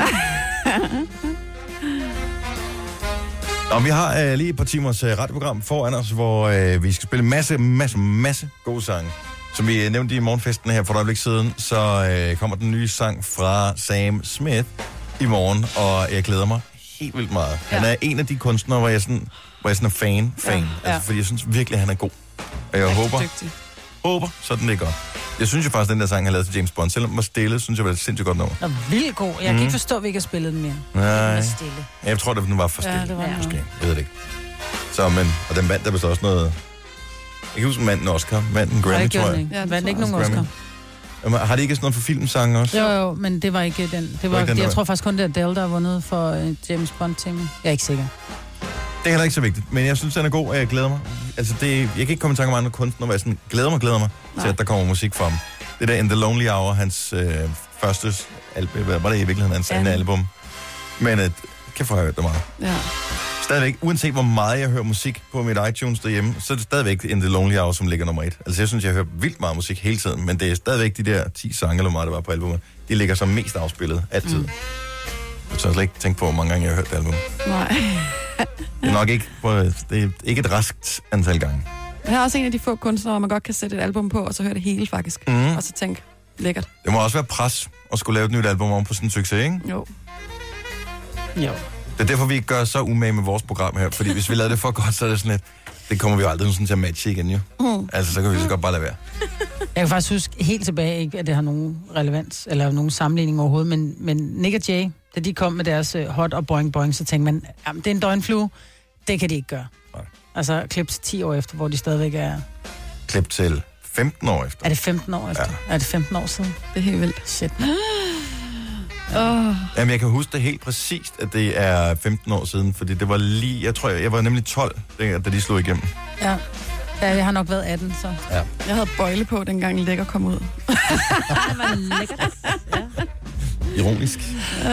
Og vi har øh, lige et par timers øh, radioprogram foran os, hvor øh, vi skal spille masse, masse, masse gode sange. Som vi øh, nævnte i morgenfesten her for et øjeblik siden, så øh, kommer den nye sang fra Sam Smith i morgen, og jeg glæder mig helt vildt meget. Ja. Han er en af de kunstnere, hvor jeg sådan, hvor jeg sådan er fan, fan. Ja, ja. Altså, fordi jeg synes virkelig, at han er god. Og jeg håber, Dygtig. håber, sådan det er godt. Jeg synes jo faktisk, at den der sang, han lavede til James Bond, selvom den var stille, synes jeg var et sindssygt godt nummer. Og vildt god. Jeg kan ikke forstå, at vi ikke har spillet den mere. Nej, Stille. jeg tror, at den var for stille. Ja, det var den. Måske. Jeg ved det ikke. Så, men, og den vandt der vist også noget... Jeg kan huske manden Oscar, manden Grammy, tror jeg. Ja, Ja, det vandt tror ikke jeg nogen også. Oscar. Jamen, har de ikke sådan noget for filmsange også? Jo, jo, men det var ikke den. Det var, ikke den, der jeg var- tror faktisk kun, det er Adele, der har vundet for uh, James Bond-tema. Jeg er ikke sikker. Det er heller ikke så vigtigt, men jeg synes, den er god, og jeg glæder mig. Altså, det, jeg kan ikke komme i tanke om andre kunstnere, hvor jeg sådan, glæder mig, glæder mig Nej. til, at der kommer musik fra ham. Det der In the Lonely Hour, hans øh, første album, var det i virkeligheden hans andet Ja. album. Men øh, kæft, hvor har jeg hørt det meget. Ja. Stadigvæk, uanset hvor meget jeg hører musik på mit iTunes derhjemme, så er det stadigvæk In the Lonely Hour, som ligger nummer et. Altså, jeg synes, jeg hører vildt meget musik hele tiden, men det er stadigvæk de der ti sange, eller hvor meget det var på albumet, de ligger som mest afspillet altid. Mm. Jeg tør slet ikke tænke på, hvor mange gange jeg har hørt det album. Nej. Det er nok ikke, det er ikke et raskt antal gange. Jeg er også en af de få kunstnere, hvor man godt kan sætte et album på, og så høre det hele faktisk. Mhm. Og så tænke, lækkert. Det må også være pres at skulle lave et nyt album om på sådan en succes, ikke? Jo. Jo. Det er derfor, vi ikke gør så umage med vores program her. Fordi hvis vi lavede det for godt, så er det sådan et... Det kommer vi jo aldrig sådan til at matche igen, jo. Mm. Altså, så kan vi så godt bare lade være. Jeg kan faktisk huske helt tilbage, ikke, at det har nogen relevans, eller nogen sammenligning overhovedet, men, men Nick og Jay, da de kom med deres uh, hot og boing boing, så tænkte man, jamen, det er en døgnflue. Det kan de ikke gøre. Nej. Altså, klip til ti år efter, hvor de stadigvæk er... Klip til femten år efter. Er det femten år efter? Ja. Er det femten år siden? Det er helt vildt. Shit. Oh. Jamen, jeg kan huske det helt præcist, at det er femten år siden, fordi det var lige... Jeg tror, jeg, jeg var nemlig tolv, da de slog igennem. Ja. Ja, jeg har nok været atten, så... Ja. Jeg havde bøjle på, dengang Lækker kom ud. Det var lækkert. Ja. Ironisk. Uh.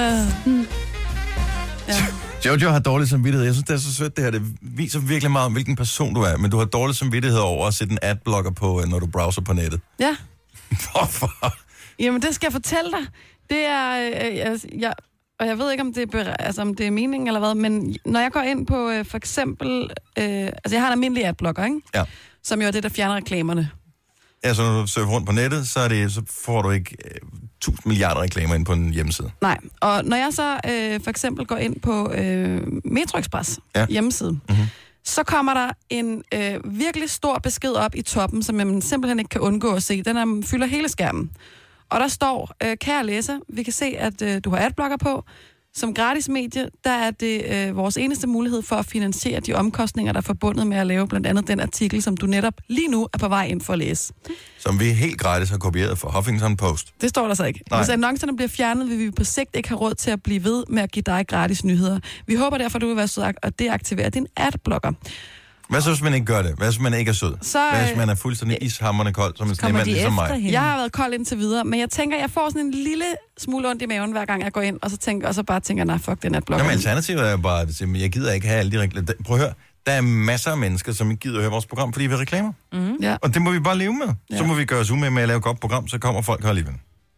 Ja. Jojo har dårlig samvittighed. Jeg synes, det er så sødt, det her. Det viser virkelig meget om, hvilken person du er. Men du har dårlig samvittighed over at sætte en adblocker på, når du browser på nettet. Ja. Hvorfor? Jamen, det skal jeg fortælle dig. Det er... Øh, jeg, jeg, og jeg ved ikke, om det, er, bere- altså, om det er meningen eller hvad, men når jeg går ind på øh, for eksempel... Øh, altså, jeg har en almindelig adblocker, ikke? Ja. Som jo er det, der fjerner reklamerne. Ja, så når du surfer rundt på nettet, så, er det, så får du ikke øh, tusind milliarder reklamer ind på en hjemmeside. Nej, og når jeg så øh, for eksempel går ind på øh, Metro Express Ja. hjemmeside, Mm-hmm. så kommer der en øh, virkelig stor besked op i toppen, som man simpelthen ikke kan undgå at se. Den er, fylder hele skærmen. Og der står, øh, kære læser, vi kan se, at øh, du har adblocker på. Som gratis medie, der er det øh, vores eneste mulighed for at finansiere de omkostninger, der er forbundet med at lave blandt andet den artikel, som du netop lige nu er på vej ind for at læse. Som vi helt gratis har kopieret fra Huffington Post. Det står der så ikke. Nej. Hvis annoncerne bliver fjernet, vil vi på sigt ikke have råd til at blive ved med at give dig gratis nyheder. Vi håber derfor, du vil være sød at deaktivere din adblocker. Hvad så, hvis man ikke gør det? Hvad hvis man ikke er sød? Så, Hvad hvis man er fuldstændig ishammerende kold, som en Kommer snemand de ligesom efter mig? hende? Jeg har været kold indtil videre, men jeg tænker, jeg får sådan en lille smule ondt i maven, hver gang jeg går ind, og så, tænker, og så bare tænker, nej, fuck den adblocker. Jamen, alternativet er jo bare, at sige, jeg gider ikke have alle de reklamer. Prøv at høre, der er masser af mennesker, som ikke gider at høre vores program, fordi vi har reklamer. Mm. Ja. Og det må vi bare leve med. Så Ja. må vi gøre os umage med at lave et godt program, så kommer folk her alligevel.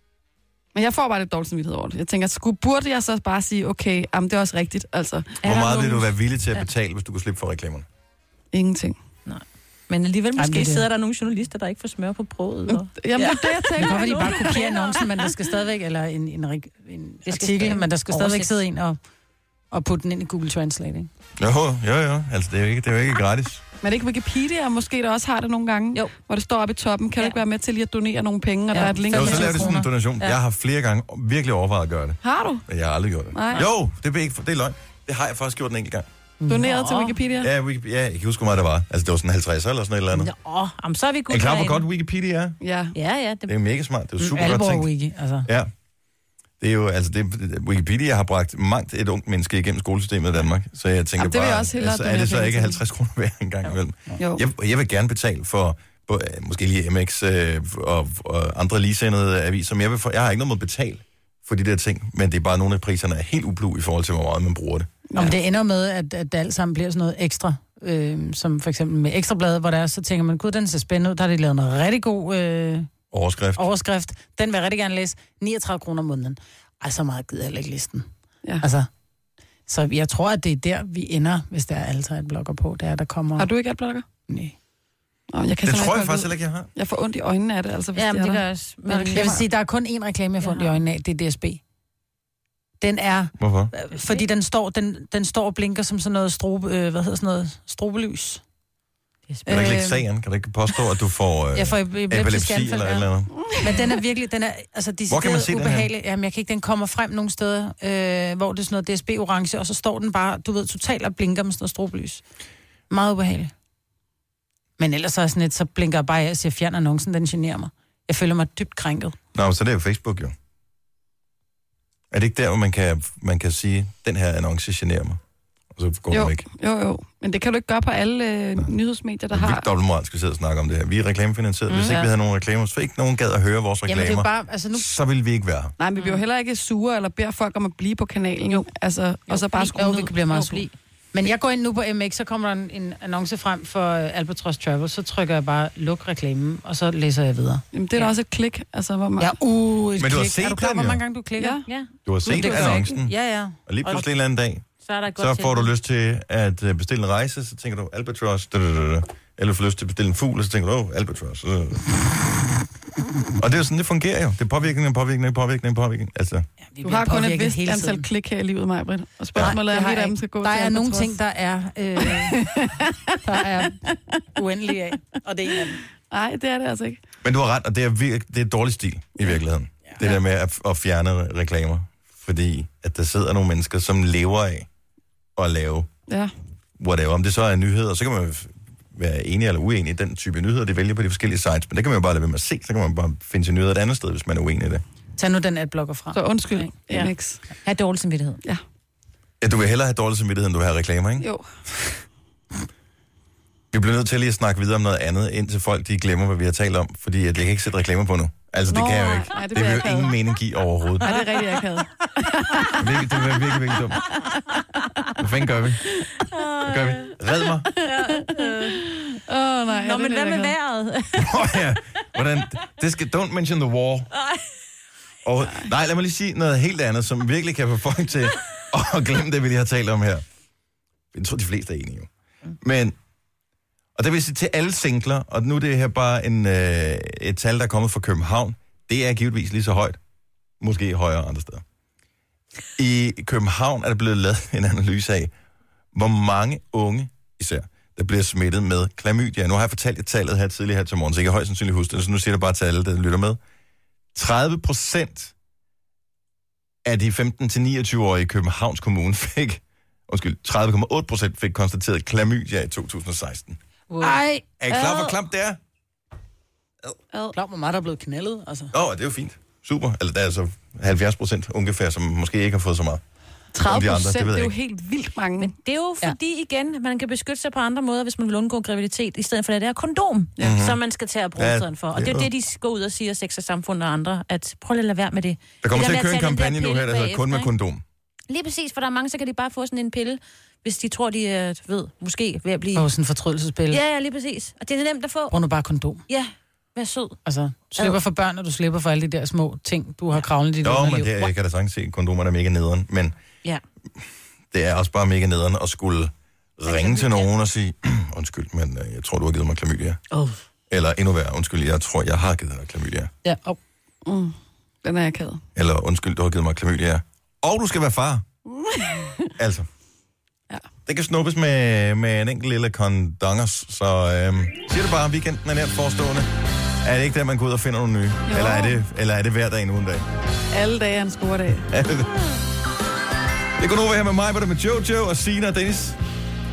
Men jeg får bare lidt dårlig samvittighed over det. Jeg tænker, skulle, burde jeg så bare sige, okay, jamen, det er også rigtigt, altså. Hvor meget vil nogen- du være villig til at betale, hvis du kunne slippe for reklamerne? Ingenting. Men alligevel måske Jamen, det er det. sidder der nogle journalister, der ikke får smør på brødet. Og... Jamen, det er det, jeg Det tænker. kan godt, de bare kopierer annoncen, men der skal stadigvæk, eller en, en, en, en skal artikel, stadig- men der skal stadigvæk oversættes. sidde en og, og putte den ind i Google Translate, ikke? Jo, jo, jo. Altså, det er jo ikke, det er jo ikke gratis. Men er det ikke Wikipedia, måske der også har det nogle gange? Jo. Hvor det står oppe i toppen, kan ja. du Ja. ikke være med til lige at donere nogle penge, og Ja. der er et link. Jo, femogtyve så laver det sådan en donation. Ja. Jeg har flere gange virkelig overvejet at gøre det, Har du? men jeg har aldrig gjort det. Nej. Jo, det er, ikke, det er løgn. Det har jeg faktisk gjort en enkelt gang. Doneret til Wikipedia? Ja, Wiki, ja, jeg kan ikke huske, hvor meget det var. Altså, det var sådan halvtreds eller sådan et eller andet. Åh, jamen, så er vi gode. Er I klar, hvor godt Wikipedia er? Ja. Ja, ja. Det er mega smart. Det er jo super Alvor godt tænkt. Wiki, altså. Ja. Det er jo, altså, det, Wikipedia har bragt mangt et ungt menneske igennem skolesystemet i Danmark. Så jeg tænker Jamen, det vil jeg bare, også hellere altså, er donere det så penge ikke til. halvtreds kroner hver en gang imellem? Jo. Jeg, jeg vil gerne betale for både, måske lige M X øh, og, og andre ligesendede aviser, men jeg, vil for, jeg har ikke noget mod at betale for de der ting, men det er bare nogle af priserne er helt ublu i forhold til, hvor meget man bruger det. Ja. Om det ender med, at, at det alt sammen bliver sådan noget ekstra, øh, som for eksempel med Ekstrabladet, hvor der er, så tænker man, gud, den ser spændende ud, der har de lavet noget rigtig god øh, Overskrift. overskrift. Den vil jeg rigtig gerne læse. niogtredive kroner om måneden. Ej, så meget gider jeg ikke listen. Ja. Altså, så jeg tror, at det er der, vi ender, hvis der er alle et blogger på. Det er, der kommer... Har du ikke adblocker? Nej. Oh, jeg kan Det simpelthen tror jeg ikke faktisk holde heller ikke, jeg har. ud. Jeg får ondt i øjnene af det, altså, hvis Ja, det men er det der. gør også. Men det Jeg vil sige, der er kun én reklame, jeg får ondt i øjnene af. Det er D S B. Den er... Hvorfor? Fordi den står, den, den står og blinker som sådan noget strobe... Øh, hvad hedder sådan noget? Strobelys. Kan du ikke lægge sagen? Kan du ikke påstå, at du får øh, Jeg får epileptisk epilepsi anfald, eller et ja. eller andet? Men den er virkelig, den er altså Hvor kan man se decideret den her? ubehagelig. Jamen, jeg kan ikke, den kommer frem nogle steder, øh, hvor det er sådan noget D S B-orange, og så står den bare, du ved, totalt og blinker med sådan noget strobelys. Meget ubehageligt. Men ellers så er sådan et, så blinker jeg bare af og siger, fjern annoncen, den generer mig. Jeg føler mig dybt krænket. Nå, så det er jo Facebook jo. Er det ikke der, hvor man kan, man kan sige, den her annonce generer mig? Og så går Jo, den væk. jo, jo. Men det kan du ikke gøre på alle øh, nyhedsmedier, der Det er har... vildt dobbeltmoral, skal vi sidde og snakke om det her. Vi er reklamefinansieret. Hvis Mm, ikke ja. vi havde nogen reklamer, så ikke nogen gad at høre vores Jamen, det er reklamer, jo bare, altså nu... så ville vi ikke være her. Nej, men vi bliver jo heller ikke sure eller beder folk om at blive på kanalen. Jo. Altså, og så bare skrue Jo, ned. vi kan blive meget Jo, sure. Men jeg går ind nu på M X, så kommer der en, en annonce frem for uh, Albatross Travel, så trykker jeg bare luk reklamen, og så læser jeg videre. Jamen, det er da også et klik. Altså, hvor man... Ja, uh, et Men du har klik. set Er du klar, den hvor jo. mange gange du klikker? Ja. Ja, Du har set det er annoncen, Ja, ja. og lige pludselig en eller anden dag, så er der et godt så får du tilbud. lyst til at øh, bestille en rejse, så tænker du Albatross, da, da, da, da. Eller får lyst til at bestille en fugl, og så tænker du, åh, oh, Albatross. Øh. Og det er jo sådan, det fungerer jo. Det er påvirkning, påvirkning, påvirkning, påvirkning. Altså, ja vi Du bliver har kun et påvirket vist hele antal tiden. klik her i livet, Maj-Britt. Og spørgsmålet er, det om har et af jeg dem ikke. skal gå Der til er nogle Albatross. ting, der er, øh, der er uendelige af, og det er en af dem. Nej, det er det altså ikke. men du har ret, og det er, virke, det er dårlig stil i virkeligheden. Det der med at, at fjerne reklamer. Fordi at der sidder nogle mennesker, som lever af at lave Ja. whatever. Om det så er nyheder, så kan man jo være enig eller uenig i den type nyheder, de vælger på de forskellige sites. Men det kan man jo bare lade være med at se, så kan man bare finde sin nyheder et andet sted, hvis man er uenig i det. Tag nu den adblocker fra. Så undskyld, Ja. M X. Har dårlig samvittighed. Ja, du vil hellere have dårlig samvittighed, end du vil have reklamer, ikke? Jo. Vi bliver nødt til lige at snakke videre om noget andet, indtil folk de glemmer, hvad vi har talt om. Fordi at jeg kan ikke sætte reklamer på nu. Altså, det Nå, kan jeg jo ikke. nej, det det, vil det vil jeg jo ikke ingen have. mening give overhovedet. Nej, det er rigtigt, jeg ikke havde. Virkelig, det vil være virkelig, virkelig dumt. Hvad fanden gør vi? Hvad gør vi? Red mig. Åh, oh, nej. Nå, det men er hvad det, med jeg havde. vejret? Åh ja, hvordan... Det skal... Don't mention the war. Og, nej, lad mig lige sige noget helt andet, som virkelig kan få folk til at glemme det, vi lige har talt om her. Jeg tror, de fleste er enige jo. Men... Og det vil sige til alle singler, og nu er det her bare en, øh, et tal, der er kommet fra København. Det er givetvis lige så højt. Måske højere andre steder. I København er der blevet lavet en analyse af, hvor mange unge især, der bliver smittet med klamydia. Nu har jeg fortalt jer tallet her tidligere her til morgen, så jeg kan højst sandsynligt huske det, så nu siger jeg bare til alle, der lytter med. tredive procent af de femten til niogtyve-årige i Københavns Kommune fik, undskyld, tredive komma otte procent fik konstateret klamydia i to tusind og seksten. Ej, Er I klar, hvor klamt det er? klar, hvor meget der er blevet knældet, altså. Åh, oh, det er jo fint. Super. Eller der er så halvfjerds procent ungefær, som måske ikke har fået så meget. tredive de andre, procent, det det, ved det jeg er jo ikke. helt vildt mange. Men det er jo fordi, ja. igen, man kan beskytte sig på andre måder, hvis man vil undgå graviditet, i stedet for det der kondom, ja. Mhm. som man skal tage at bruge Ja, ja, stedet for. Og det det er er jo det, de går ud og siger, sex og samfund og andre, at prøv lige at lade være med det. Der kommer Det til der at med køre en at tage den kampagne der nu her, der pille hedder kun med bagefter, kondom. Lige præcis, for der er mange, så kan de bare få sådan en pille, hvis de tror, de er, ved, måske ved at blive... Og sådan en fortrydelsespille. Ja, ja, lige præcis. Og det er nemt at få. Brug nu bare kondom. Ja, vær sød. Altså, du slipper for børn, og du slipper for alle de der små ting, du har kravlet i dit Jo, men underliv. det, jeg kan da sagtens se, at kondomerne er mega nederen, men Ja. det er også bare mega nederen at skulle ringe til nogen og sige, undskyld, men øh, jeg tror, du har givet mig klamydia. Oh. Eller endnu værre, undskyld, jeg tror, jeg har givet dig klamydia. Ja, oh. Mm. Den er jeg ked. Eller undskyld, du har givet mig klamydia. Og du skal være far. Altså. Ja. Det kan snuppes med, med en enkelt lille kondongers, så øhm, siger det bare, weekenden er nært forestående. Er det ikke der, man går ud og finder nogle nye? Jo. Eller er, det, eller er det hver dag nu en dag? Alle dage er en score dag. Er det det? Det går nu over her med mig, hvor det med Jojo og Sina og Dennis.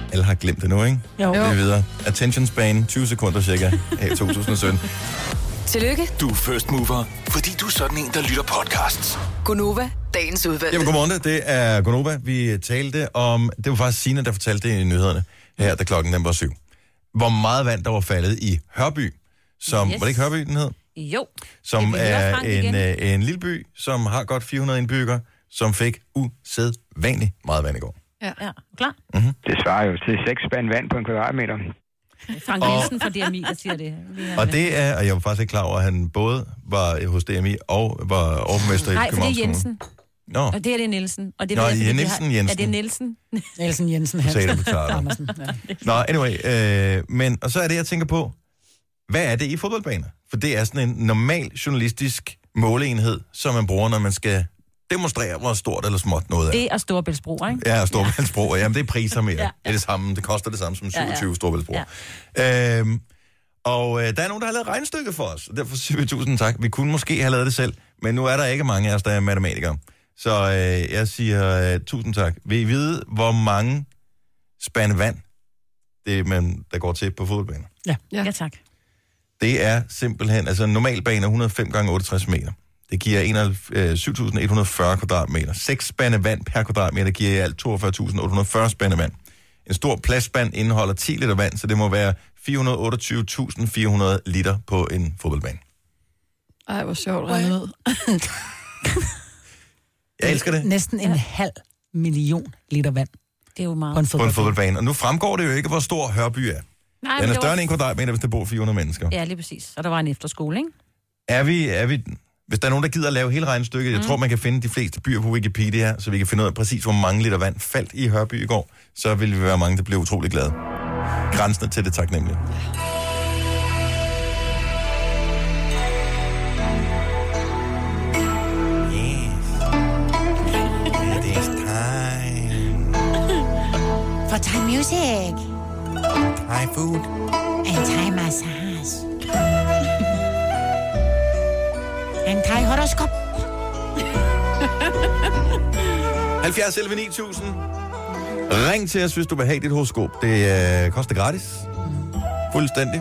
Alle har glemt det nu, ikke? Jo. Det er videre. Attention span, tyve sekunder cirka, her i to tusind og sytten. Tillykke, Du er first mover, fordi du er sådan en, der lytter podcasts. Gunova, dagens udvalgte. Jamen, godmorgen, det er Gonova. Vi talte om, det var faktisk Signe, der fortalte det i nyhederne, her da klokken den var syv. Hvor meget vand, der var faldet i Hørby, som, Yes. var det ikke Hørby, den hed? Jo. Som Det bliver er Frank en, igen. øh, en lille by, som har godt fire hundrede indbyggere, som fik usædvanligt meget vand i går. Ja, klar. Det svarer jo til seks spand vand på en kvadratmeter. Frank Nielsen fra D M I, der siger det. Og det er, og jeg var faktisk ikke klar over, at han både var hos D M I og var overborgmester i Nej, for det Københavns er Kommune. Jensen. Nå, Og det er det Nielsen. Og det Nå, ved jeg, det er fordi Nielsen har- Jensen. Ja, det er Nielsen. Nielsen Jensen du sagde Hansen. det på tavlen. Andersen, ja. Nå, anyway. Øh, men, og så er det, jeg tænker på, hvad er det i fodboldbaner? For det er sådan en normal journalistisk måleenhed, som man bruger, når man skal demonstrere, hvor stort eller småt noget er. Det er Storebæltsbro, ikke? Ja, og Storebæltsbro. Jamen, det er priser mere. Ja, ja. Det er det samme. Det koster det samme som Ja, ja. syvogtyve Storebæltsbro. Ja. Øhm, og øh, der er nogen, der har lavet regnstykke for os. Og derfor siger vi tusind tak. Vi kunne måske have lavet det selv, men nu er der ikke mange af os, der er matematikere. Så øh, jeg siger øh, tusind tak. Vil I vide, hvor mange spande vand, det er, man, der går til på fodboldbaner? Ja. Ja, ja tak. Det er simpelthen, altså en normal bane er et hundrede og fem gange otteogtres meter. Det giver syv tusind et hundrede og fyrre kvadratmeter. seks spande vand per kvadratmeter giver i alt toogfyrre tusind otte hundrede og fyrre spande vand. En stor plastspand indeholder ti liter vand, så det må være fire hundrede og otteogtyve tusind fire hundrede liter på en fodboldbane. Ej, hvor sjovt regnet ud. Jeg elsker det Næsten en halv million liter vand Det er jo meget. på en på en fodboldbane. fodboldbane. Og nu fremgår det jo ikke, hvor stor Hørby er. Nej, Den er det større var- end en kvadratmeter, hvis der bor fire hundrede mennesker. Ja, lige præcis. Og der var en efterskole, ikke? Er vi, er vi, hvis der er nogen, der gider at lave hele regnestykket, jeg tror, man kan finde de fleste byer på Wikipedia, så vi kan finde ud af præcis, hvor mange liter vand faldt i Hørby i går, så vil vi være mange, der bliver utrolig glade. Grænsende til det taknemmelige. For Thai music Thai food. and Thai massage and Thai horoskop. halvfjerds elleve ni tusind. Ring til os, hvis du vil have dit horoskop. Det øh, koster gratis. Fuldstændig.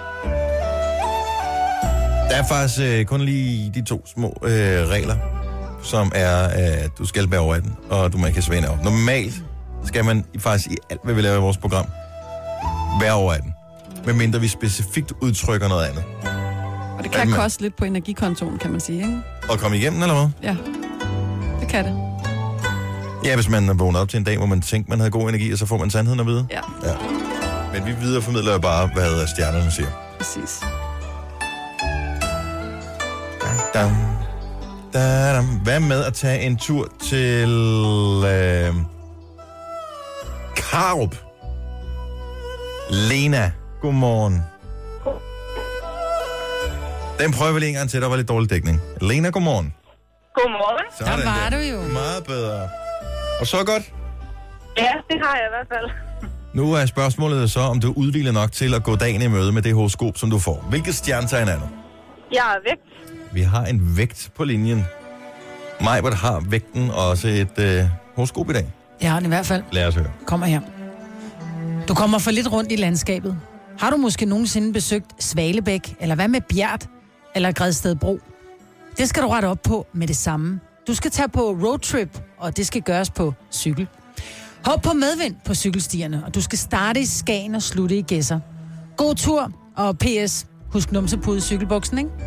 Der er faktisk øh, kun lige de to små øh, regler, som er, at øh, du skal være over atten, og du må ikke have svane op. Normalt skal man faktisk i alt, hvad vi laver i vores program, være over atten. Medmindre vi specifikt udtrykker noget andet. Og det kan Jamen. koste lidt på energikontoen, kan man sige, ikke? Og komme igennem, eller hvad? Ja, det kan det. Ja, hvis man er vågnet op til en dag, hvor man tænkte, man havde god energi, og så får man sandheden at vide. Ja, Ja. Men vi videreformidler jo bare, hvad stjernerne siger. præcis. Dam, da, dam. Hvad med at tage en tur til øh, Karup? Lena, godmorgen. Den prøver vi lige en gang til, der var lidt dårlig dækning. Lena, godmorgen. Godmorgen. Sådan Der var du jo. Meget bedre. Og så godt. Ja, det har jeg i hvert fald. Nu er spørgsmålet så, om du er udviklet nok til at gå dagen i møde med det horoskop, som du får. Hvilket stjernetegn er du? Jeg er væk. Vi har en vægt på linjen. Majbert har vægten og også et øh, horoskop i dag. Jeg har den i hvert fald. Lad os høre. Kommer her. Du kommer for lidt rundt i landskabet. Har du måske nogensinde besøgt Svalebæk, eller hvad med Bjert, eller Gredstedbro? Det skal du rette op på med det samme. Du skal tage på roadtrip, og det skal gøres på cykel. Hop på medvind på cykelstierne, og du skal starte i Skagen og slutte i Gedser. God tur, og P S. Husk numsepude i cykelbuksen, ikke?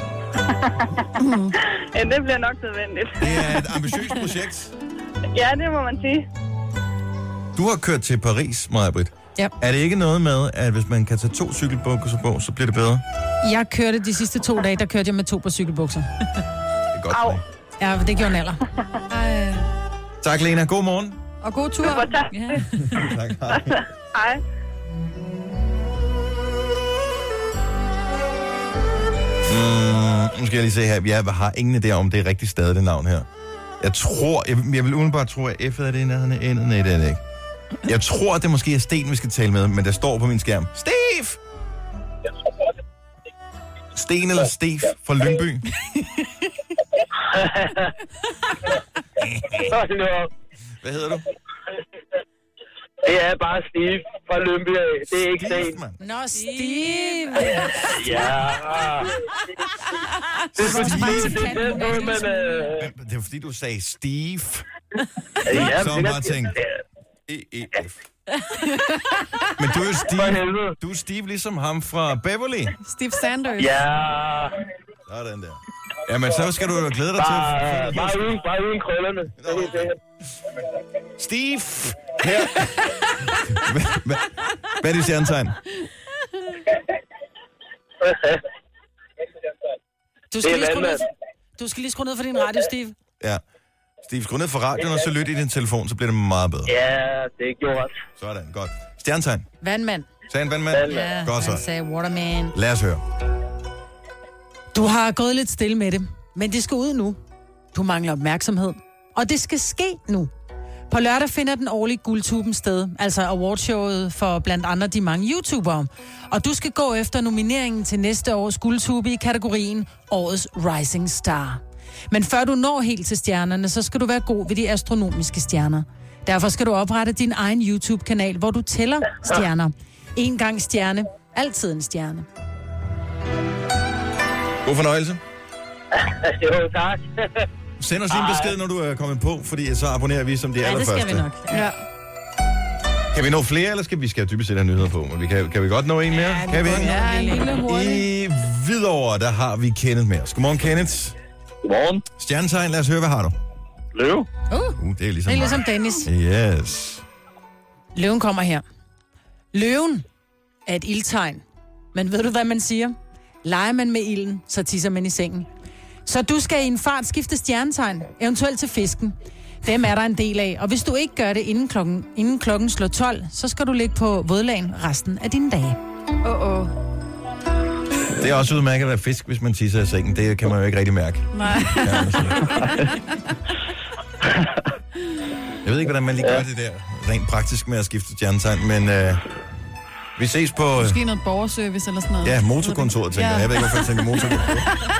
Ja, det bliver nok nødvendigt. Det er et ambitiøst projekt. Ja, det må man sige. Du har kørt til Paris, Majbrit. Ja. Er det ikke noget med, at hvis man kan tage to cykelbukser på, så bliver det bedre? Jeg kørte de sidste to dage, der kørte jeg med to på cykelbukser. Det er godt. Au. Ja, det gjorde en alder. Ej. Tak, Lena. God morgen. Og god tur. Super, tak. Ja. Tak. Hej. Hej. Mm, nu skal jeg lige se her. Jeg har ingen idé om, det er rigtig stadig det navn her. Jeg tror, jeg, jeg vil umiddelbart tro, at F er det i nærheden af N'et. Nej, det er det ikke. Jeg tror, det måske er Sten, vi skal tale med, men der står på min skærm. Steve! Sten eller Steve fra Lyngby? Hvad hedder du? Det er bare Steve fra Lønby. Det er ikke Sten. Nå, Steve. Ja. Det er fordi, det er den måde, man... Øh... Det var fordi, du sagde Steve. Ja, så man bare tænkte... E E F. Men du er jo Steve. Du er Steve ligesom ham fra Beverly. Steve Sanders. Ja. Sådan der. Jamen, så skal du jo glæde dig bare, til... Bare uden, bare uden krøllerne. Steve! Her. Hvad hva er dit stjernetegn? Du skal, lige skrue ned, du skal lige skrue ned for din radio, Steve. Ja. Steve, skru ned for radioen, og så lyt i din telefon, så bliver det meget bedre. Ja, det er gjort. Sådan, godt. Stjernetegn. Vandmand. Sagde en vandmand? Ja, godt så. han sagde waterman. Lad os høre. Du har gået lidt stille med det, men det skal ud nu. Du mangler opmærksomhed, og det skal ske nu. På lørdag finder den årlige Guldtuben sted, altså awardshowet for blandt andre de mange YouTubere. Og du skal gå efter nomineringen til næste års Guldtube i kategorien Årets Rising Star. Men før du når helt til stjernerne, så skal du være god ved de astronomiske stjerner. Derfor skal du oprette din egen YouTube-kanal, hvor du tæller stjerner. En gang stjerne, altid en stjerne. God fornøjelse. Jo, tak. Send os lige en besked, når du er kommet på, fordi så abonnerer vi som de allerførste. Ja, det skal vi nok. Ja. Kan vi nå flere, eller skal vi skal dybest set have nyheder på? Men vi kan, kan vi godt nå en mere? Ja, kan vi? Ja, en lille hurtig. I Hvidovre, der har vi Kenneth med os. Godmorgen, Kenneth. Godmorgen. Stjernetegn, lad os høre, hvad har du? Løve. Uh, Uh, det er ligesom det er ligesom mig. Dennis. Yes. Løven kommer her. Løven er et ildtegn. Men ved du, hvad man siger? Leger man med ilden, så tisser man i sengen. Så du skal i en fart skifte stjernetegn, eventuelt til fisken. Dem er der en del af, og hvis du ikke gør det inden klokken, inden klokken slår tolv, så skal du ligge på vådlagen resten af dine dage. Åh, åh. Det er også udmærket at være fisk, hvis man tisser i sengen. Det kan man jo ikke rigtig mærke. Nej. Jeg ved ikke, hvordan man lige gør det der rent praktisk med at skifte stjernetegn, men øh, vi ses på... Øh, Måske noget borgerservice eller sådan noget. ja, motorkontoret, tænker Ja. jeg. Jeg ved ikke, hvorfor jeg tænker motorkontor.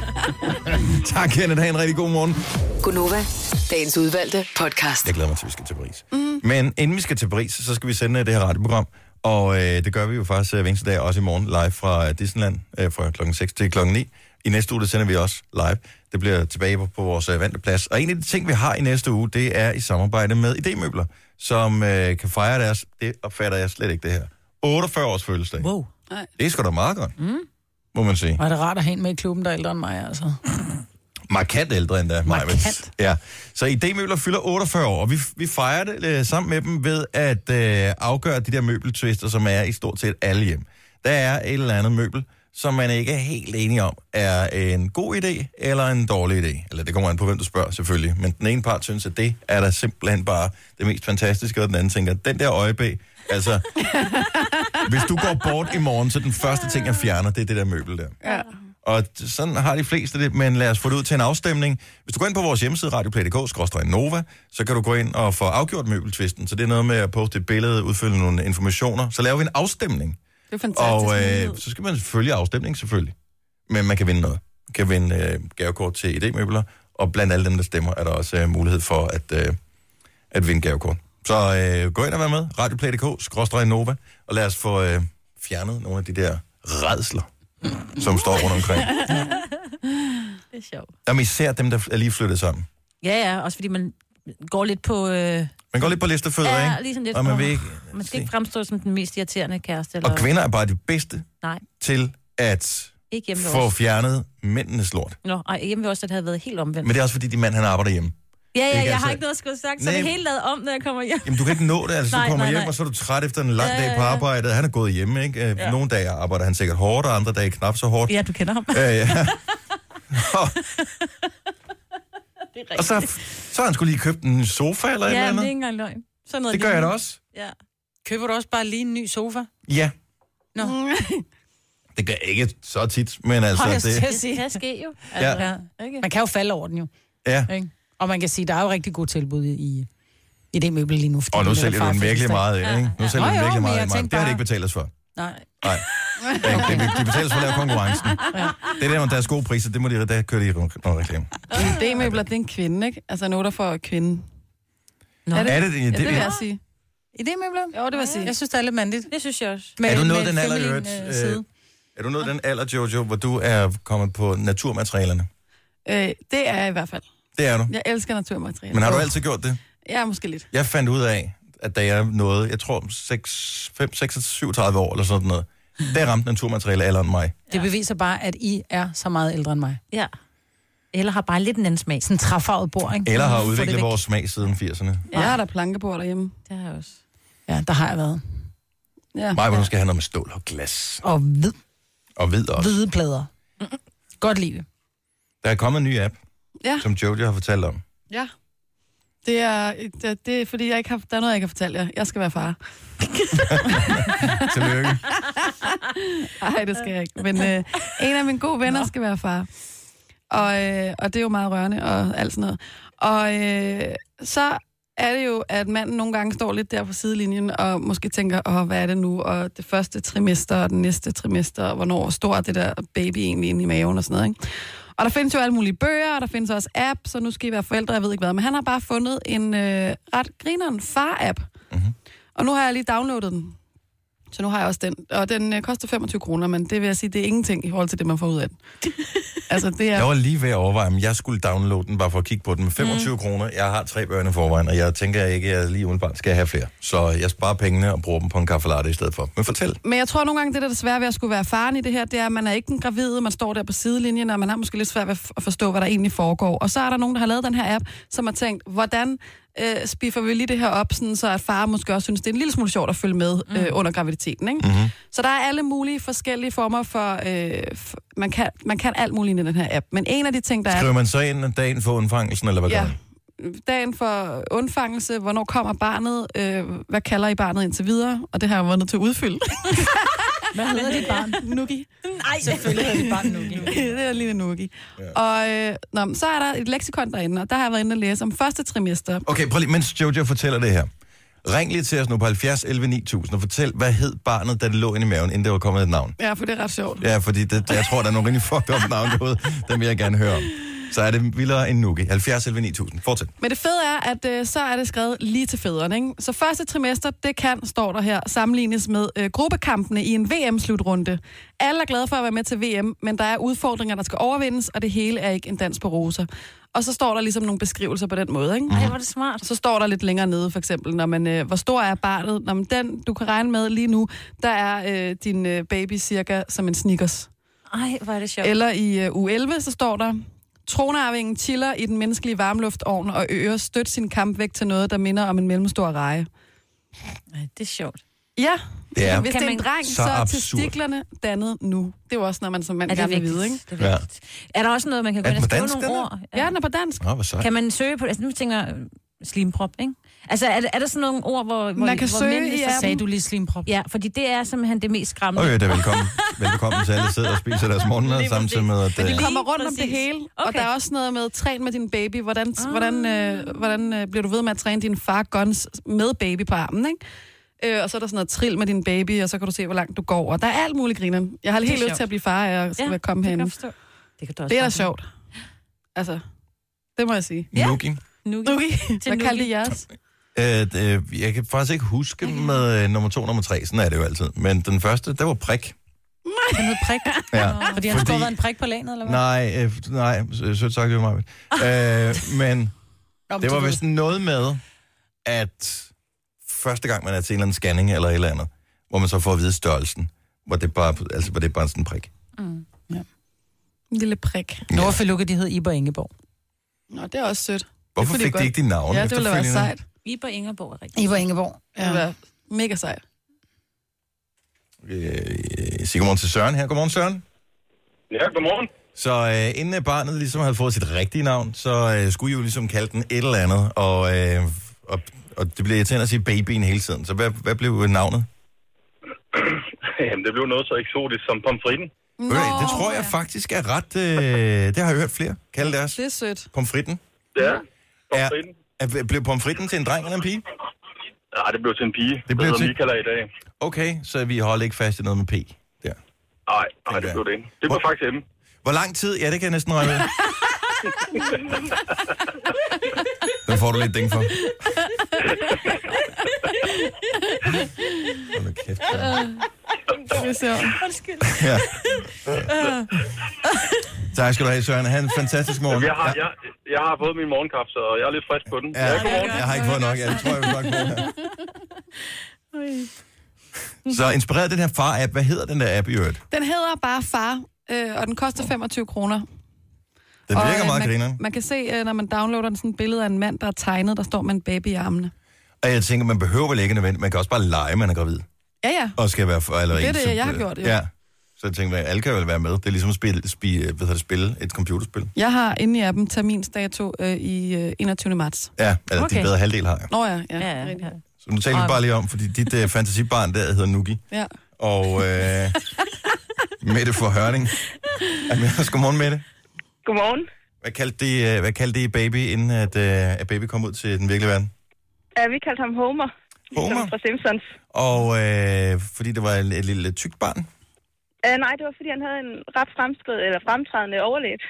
Tak, Kenneth. Ha' en rigtig god morgen. Gunova, dagens udvalgte podcast. Jeg glæder mig til, at vi skal til Paris. Mm. Men inden vi skal til Paris, så skal vi sende det her radioprogram. Og øh, det gør vi jo faktisk hver eneste dag, også i morgen, live fra Disneyland, øh, fra klokken seks til klokken ni. I næste uge, der sender vi også live. Det bliver tilbage på, på vores øh, vante plads. Og en af de ting, vi har i næste uge, det er i samarbejde med Idémøbler, som øh, kan fejre deres, det opfatter jeg slet ikke det her, otteogfyrre års fødselsdag. Wow. Det er sgu da meget godt, mm. må man sige. Og er det rart at have en med i klubben, der er ældre end mig, altså. Markant ældre end da. Markant. Ja. Så Idémøbler fylder otteogfyrre år, og vi, vi fejrer det øh, sammen med dem ved at øh, afgøre de der møbeltwister, som er i stort set alle hjem. Der er et eller andet møbel, som man ikke er helt enig om, er en god idé eller en dårlig idé. Eller det kommer an på, hvem du spørger selvfølgelig. Men den ene part synes, at det er da simpelthen bare det mest fantastiske, og den anden tænker, den der øjebæ, altså, hvis du går bort i morgen, så den første ting, jeg fjerner, det er det der møbel der. Ja. Og sådan har de fleste det, men lad os få det ud til en afstemning. Hvis du går ind på vores hjemmeside, radioplay punktum d k skråstreg nova, så kan du gå ind og få afgjort møbeltvisten. Så det er noget med at poste et billede, udfylde nogle informationer. Så laver vi en afstemning. Det er fantastisk. Og øh, så skal man selvfølgelig afstemning, selvfølgelig. Men man kan vinde noget. Man kan vinde øh, gavekort til Idémøbler, og blandt alle dem, der stemmer, er der også øh, mulighed for at, øh, at vinde gavekort. Så øh, gå ind og vær med, radioplay punktum d k skråstreg nova, og lad os få øh, fjernet nogle af de der rædsler, som står rundt omkring. Det er sjovt. Jamen især dem, der er lige flyttet sammen. Ja, ja, også fordi man går lidt på... Øh... Man går lidt på listefødder, ja, ikke? ligesom lidt. Og man, Åh, vil ikke... man skal ikke fremstå som den mest irriterende kæreste. Eller... Og kvinder er bare de bedste Nej. til at Ikke hjemme ved få os. fjernet mændenes lort. Nå, ej, hjemme ved os, at det havde været helt omvendt. Men det er også fordi, de mand, han arbejder hjemme. Ja, ja, Ikke, jeg altså- har ikke noget at skulle sagt, så Nej. det er helt lavet om, når jeg kommer hjem. Jamen, du kan ikke nå det. Altså, Nej, du kommer nej, hjem, nej. og så er du træt efter en lang Ja, ja, dag på ja. arbejde. Han er gået hjemme, ikke? Ja. Nogle dage arbejder han sikkert hårdt, og andre dage knap så hårdt. Ja, du kender ham. Øh, ja. Og, Det er og så, så har han skulle lige købt en sofa eller et Ja, eller men det er andet. ikke engang løgn. Sådan noget Det gør jeg da lignende. også. Ja. Køber du også bare lige en ny sofa? Ja, Nå. det gør jeg ikke så tit, men altså... Hold, jeg skal Det, sige. Det kan ske jo. Ja. Ja. Ikke? Man kan jo falde over den jo. ja. Ikke? Og man kan sige, der er jo rigtig gode tilbud i, i det møbel lige nu. fordi Og nu den sælger er du den virkelig farfængsdag. meget af, ikke? Nu sælger Nå du den jo, virkelig men meget jeg af. Mark. tænkte Det har det bare- ikke betalt os for. Nej. Nej. Det, det, de betales for at lave konkurrencen. Ja. Det der, deres gode priser, det må de, der kører de i noget reklame. Idémøbler, det er en kvinde, ikke? Altså noget, der får kvinde. Nå. Er det, Er det det? ja, det Det- vil jeg sige. I det, Møbler? Jo, det vil jeg sige. Jeg synes, det er lidt mandigt. Det synes jeg også. Med, Er du nået med den alder, feminin, Jørgen, øh, øh, side. Er du nået den alder, Jojo, hvor du er kommet på naturmaterialerne? Øh, det er jeg i hvert fald. Det er du. Jeg elsker naturmaterialer. Men har du altid gjort det? Ja, måske lidt. Jeg fandt ud af, at da jeg nåede, jeg tror, fem, seks, syvogtredive år eller sådan noget, der ramte naturmaterialer alderen mig. Det beviser bare, at I er så meget ældre end mig. Ja. Eller har bare lidt en anden smag. Sådan en træfarvet bord, ikke? Eller har Få det udviklet væk. vores smag siden firserne. Jeg har der plankebord derhjemme. Det har jeg også. Ja, der har jeg været. Ja. Mig, hvor du skal have noget med stål og glas. Og hvid, Og hvid også. hvide plader. Mm-mm. Godt lide det. Der er kommet en ny app, Ja. som Jojo har fortalt om. Ja. Det er, det, det er fordi, jeg ikke har, der er noget, jeg ikke har fortalt jer. Jeg skal være far. Tillykke. Nej, det skal jeg ikke. Men øh, en af mine gode venner Nå. skal være far. Og, øh, og det er jo meget rørende og alt sådan noget. Og øh, så er det jo, at manden nogle gange står lidt der på sidelinjen og måske tænker, åh, hvad er det nu? Og det første trimester og den næste trimester, og hvornår stor er det der baby egentlig inde i maven og sådan noget, ikke? Og der findes jo alle mulige bøger, og der findes også app, så nu skal I være forældre, jeg ved ikke hvad. Men han har bare fundet en øh, ret grineren far-app. Mm-hmm. Og nu har jeg lige downloadet den. Så nu har jeg også den. Og den øh, koster femogtyve kroner, men det vil jeg sige, det er ingenting i forhold til det, man får ud af den. Altså, det er... Jeg var lige ved at overveje, om jeg skulle downloade den, bare for at kigge på den med femogtyve mm. kroner. Jeg har tre børn i forvejen, og jeg tænker ikke, at jeg lige umiddelbart skal have flere. Så jeg sparer pengene og bruger dem på en kaffe latte i stedet for. Men fortæl. Men jeg tror nogle gange, det der er svært ved at skulle være faren i det her, det er, at man er ikke den gravide, man står der på sidelinjen, og man har måske lidt svært ved at forstå, hvad der egentlig foregår. Og så er der nogen, der har lavet den her app, som har tænkt, hvordan øh, spiffer vi lige det her op, sådan, så at far måske også synes, det er en lille smule sjovt at følge med øh, under graviditeten. Ikke? Mm-hmm. Så der er alle mulige forskellige former for... Øh, for man, kan, man kan alt muligt i den her app. Men en af de ting, der Skriver er... man så ind dagen for undfangelsen, eller hvad Ja. gør man? Dagen for undfangelse, hvornår kommer barnet, øh, hvad kalder I barnet indtil videre, og det har jeg været nødt til at udfylde. Hvad hedder dit barn? Nuki. Nej, selvfølgelig hedder dit barn Nuki. Det er lige Nuki. Ja. Og øh, nå, så er der et leksikon derinde, og der har jeg været inde og læse om første trimester. Okay, prøv lige, mens Jojo fortæller det her. Ring lige til os nu på halvfjerds elleve ni tusind og fortæl, hvad hed barnet, da det lå inde i maven, inden det var kommet et navn. Ja, for det er ret sjovt. Ja, fordi det, jeg tror, der er nogle rigtig fucked up navn derude, dem vil jeg gerne høre om. Så er det vildere end Nuki. halvfjerds elleve ni tusind. Fortsæt. Men det fede er, at øh, så er det skrevet lige til fædrene, ikke? Så første trimester, det kan, står der her, sammenlignes med øh, gruppekampene i en V M-slutrunde. Alle er glade for at være med til V M, men der er udfordringer, der skal overvindes, og det hele er ikke en dans på roser. Og så står der ligesom nogle beskrivelser på den måde, ikke? Ej, hvor er det smart. Så står der lidt længere nede, for eksempel, når man, øh, hvor stor er barnet? Når man, den, du kan regne med lige nu, der er øh, din øh, baby cirka som en Snickers. Ej, hvor er det sjovt. Eller i øh, uge elleve, så står der, tronarvingen chiller i den menneskelige varmluftovn og øger støt sin kampvægt til noget, der minder om en mellemstor reje. Ej, det er sjovt. Ja, Det er hvis det er en dreng, så så, så er absurd. testiklerne dannet nu. Det er jo også noget, man som mand Er det gerne vil vigtigt? vide, ikke? Det er, vigtigt. Er der også noget, man kan gå Er ind og den på skrive dansk, nogle den ord? Ja, den er på dansk. Nå, hvor sejt. Kan man søge på... Altså, nu tænker jeg slimprop, ikke? Altså, er, er der sådan nogle ord, hvor... hvor Man kan hvor søge mændene i så- appen. Sagde du lige slimprop? Ja, fordi det er simpelthen det mest skræmmende. Okay, det er velkommen. Velkommen til alle sidder og spiser deres morgenmad, Lige samtidig med, at... Men de øh, kommer rundt om det præcis. hele, og Okay. der er også noget med træn med din baby. Hvordan, ah. hvordan, øh, hvordan øh, bliver du ved med at træne din far guns med baby på armen, ikke? Øh, og så er der sådan noget trill med din baby, og så kan du se, hvor langt du går. Og der er alt muligt griner. Jeg har helt lyst sjovt. til at blive far, og jeg skal Ja, ja, komme det kan hen. jeg forstå. Det kan du også Det er da godt. sjovt. Altså, det må jeg sige. Ja. Nuki. Nuki. Nuki, hvad Nuki. kaldte I jeres? Øh, øh, jeg kan faktisk ikke huske med øh, nummer to og nummer tre, sådan er det jo altid. Men den første, der var prik. Han hed prik. Ja. Fordi han skulle have været en prik på lanet, eller hvad? Nej, øh, nej, sø- sødt sagt, det var mig. øh, men Nå, men det du var ved. vist noget med, at første gang man er til en eller anden scanning eller et eller andet, hvor man så får at vide størrelsen, hvor det bare, altså, hvor det er bare sådan en prik. En lille prik. Nu var Felukke, de hed Iber Ingeborg. Nå, det er også sødt. Hvorfor kunne de fik de godt. ikke de navne Ja, det ville da være efterfølgende? sejt. Iber Ingeborg er rigtigt. Iber Ingeborg. Det ville være mega sejt. Øh, sig godmorgen til Søren her. Godmorgen, Søren. Ja, godmorgen. Så øh, inden at barnet ligesom havde fået sit rigtige navn, så øh, skulle I jo ligesom kalde den et eller andet, og, øh, og, og det blev irriterende at sige babyen hele tiden. Så hvad, hvad blev navnet? Jamen, det blev noget så eksotisk som pomfritten. Nå, det tror jeg faktisk er ret... Øh, det har jeg hørt flere kalde deres. Det er sødt. Pomfritten. Ja, Er, pomfritten. er, blev pomfritten til en dreng eller en pige? Ja, det blev til en pige. Det blev hedder til- Michael i dag. Okay, så vi holder ikke fast i noget med P. Der. Nej, nej, Okay. det blev det ikke. Det blev Hvor- faktisk M. Hvor lang tid? Ja, det kan jeg næsten regne ud. Den får du lidt ding for. Hold da kæft. Det er sjovt. Ja. Tak skal du have, Søren. Ha' en fantastisk morgen. Jeg har, jeg, jeg har fået min morgenkaffe, så jeg er lidt frisk på den. Ja, Ja, jeg har ikke fået nok. Ja, det tror jeg, vi nok på her. Så inspireret den her far-app. Hvad hedder den der app i øvrigt? Den hedder bare Far, øh, og den koster femogtyve kroner. Den Og, virker øh, meget man, grineren. man kan se, øh, når man downloader den, sådan et billede af en mand, der er tegnet, der står med en baby i armene. Og jeg tænker, man behøver vel ikke nødvendigt. Man kan også bare lege, man er gravid. Ja, ja. Og skal være for allerede. Det er det, jeg har gjort, jo. Ja. Så jeg tænker, at alle kan vel være med. Det er ligesom at spille, spille, hvad hedder det, spille et computerspil. Jeg har inde i appen terminsdato øh, i øh, enogtyvende marts. Ja, eller Okay. din bedre halvdel har jeg. Nå ja, ja. Ja, ja, rigtigt. ja. Så nu taler vi bare lige om, fordi dit uh, fantasibarn der hedder Nuki. Ja. Og øh, Mette fra Hørning. Godmorgen, Mette. Godmorgen. Hvad kaldte de, uh, hvad kaldte de baby, inden at, uh, at baby kom ud til den virkelige verden? Ja, vi kaldte ham Homer. Homer? Ligesom fra Simpsons. Og øh, fordi det var et, et lille tykt barn? Uh, nej, det var fordi, han havde en ret fremskred, eller fremtrædende overlæg.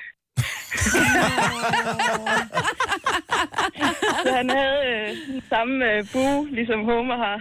Så han havde øh, den samme øh, bue, ligesom Homer har.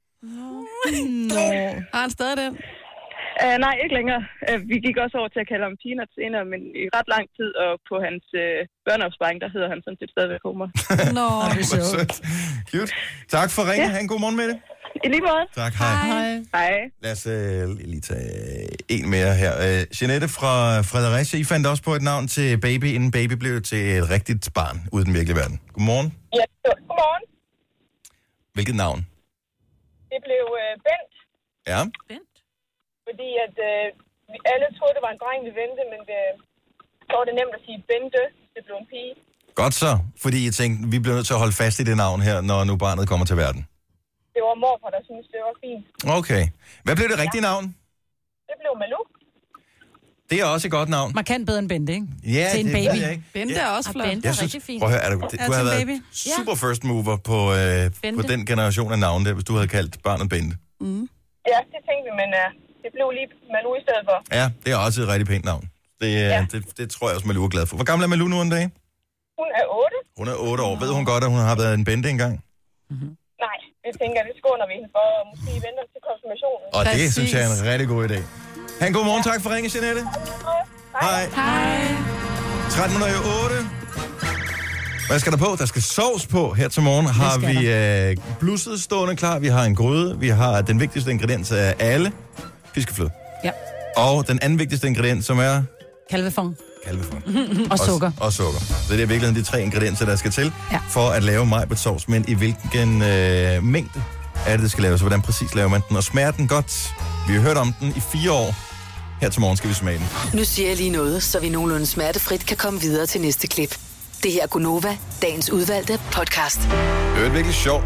Nå. Har han stadig den? Uh, nej, ikke længere. Uh, vi gik også over til at kalde ham Peanut senere, men i ret lang tid, og på hans øh, børneopsparing, der hedder han sådan set stadigvæk Homer. Nå. Hvor sødt. Cute. Tak for ringen. Ja. Ha' en god morgen med det. I lige måde. Tak, hej. Hej. Hej. Lad os øh, lige tage en mere her. Øh, Jeanette fra Fredericia, I fandt også på et navn til baby, inden baby blev til et rigtigt barn ude i den virkelige verden. Godmorgen. Ja, godmorgen. Hvilket navn? Det blev øh, Bent, Ja. fordi at øh, vi alle troede, det var en dreng, vi ventede, men det, så var det nemt at sige Bente, det blev en pige. Godt så, fordi jeg tænkte, vi bliver nødt til at holde fast i det navn her, når nu barnet kommer til verden. Det var morfar, der syntes, det var fint. Okay. Hvad blev det rigtige navn? Det blev Malou. Det er også et godt navn. Markant bedre end Bente, ikke? Ja, Til en det baby. ved jeg ikke. Bente Ja. er også flot. Bente Jeg er synes, rigtig fint. prøv at høre, er det, det, Ja, du til havde en været baby. super first mover på, øh, på Bente. den generation af navne der, hvis du havde kaldt barnet Bente. Mm. Ja, det tænkte vi, men uh, det blev lige Malou i stedet for. Ja, det er også et rigtig pænt navn. Det, ja. Ja. det, det tror jeg også, Malou er glad for. Hvor gammel er Malou nu en dag? Hun er otte. Hun er otte år. Ved hun godt, at hun har været en Bente engang? Nej, det tænker jeg, det skåner vi hende for, og måske venter til konfirmationen. Og det Præcis. synes jeg er en rigtig god idé. Ha' en god morgen. Tak for ringen, Jeanette. Hej. Hej. tretten minutter i otte. Hvad skal der på? Der skal sovs på. Her til morgen har skal vi øh, blusset stående klar. Vi har en gryde. Vi har den vigtigste ingrediens af alle. Fiskefløde. Ja. Og den anden vigtigste ingrediens, som er Kalvefong. kalvefond. Og sukker. Og, og sukker. Så det er virkelig de tre ingredienser, der skal til Ja. for at lave majbetsovs. Men i hvilken øh, mængde er det, det skal laves? Hvordan præcis laver man den? Og smager den godt? Vi har hørt om den i fire år. Her til morgen skal vi smage den. Nu siger jeg lige noget, så vi nogenlunde smertefrit kan komme videre til næste klip. Det her er Gunova, dagens udvalgte podcast. Det er virkelig sjovt.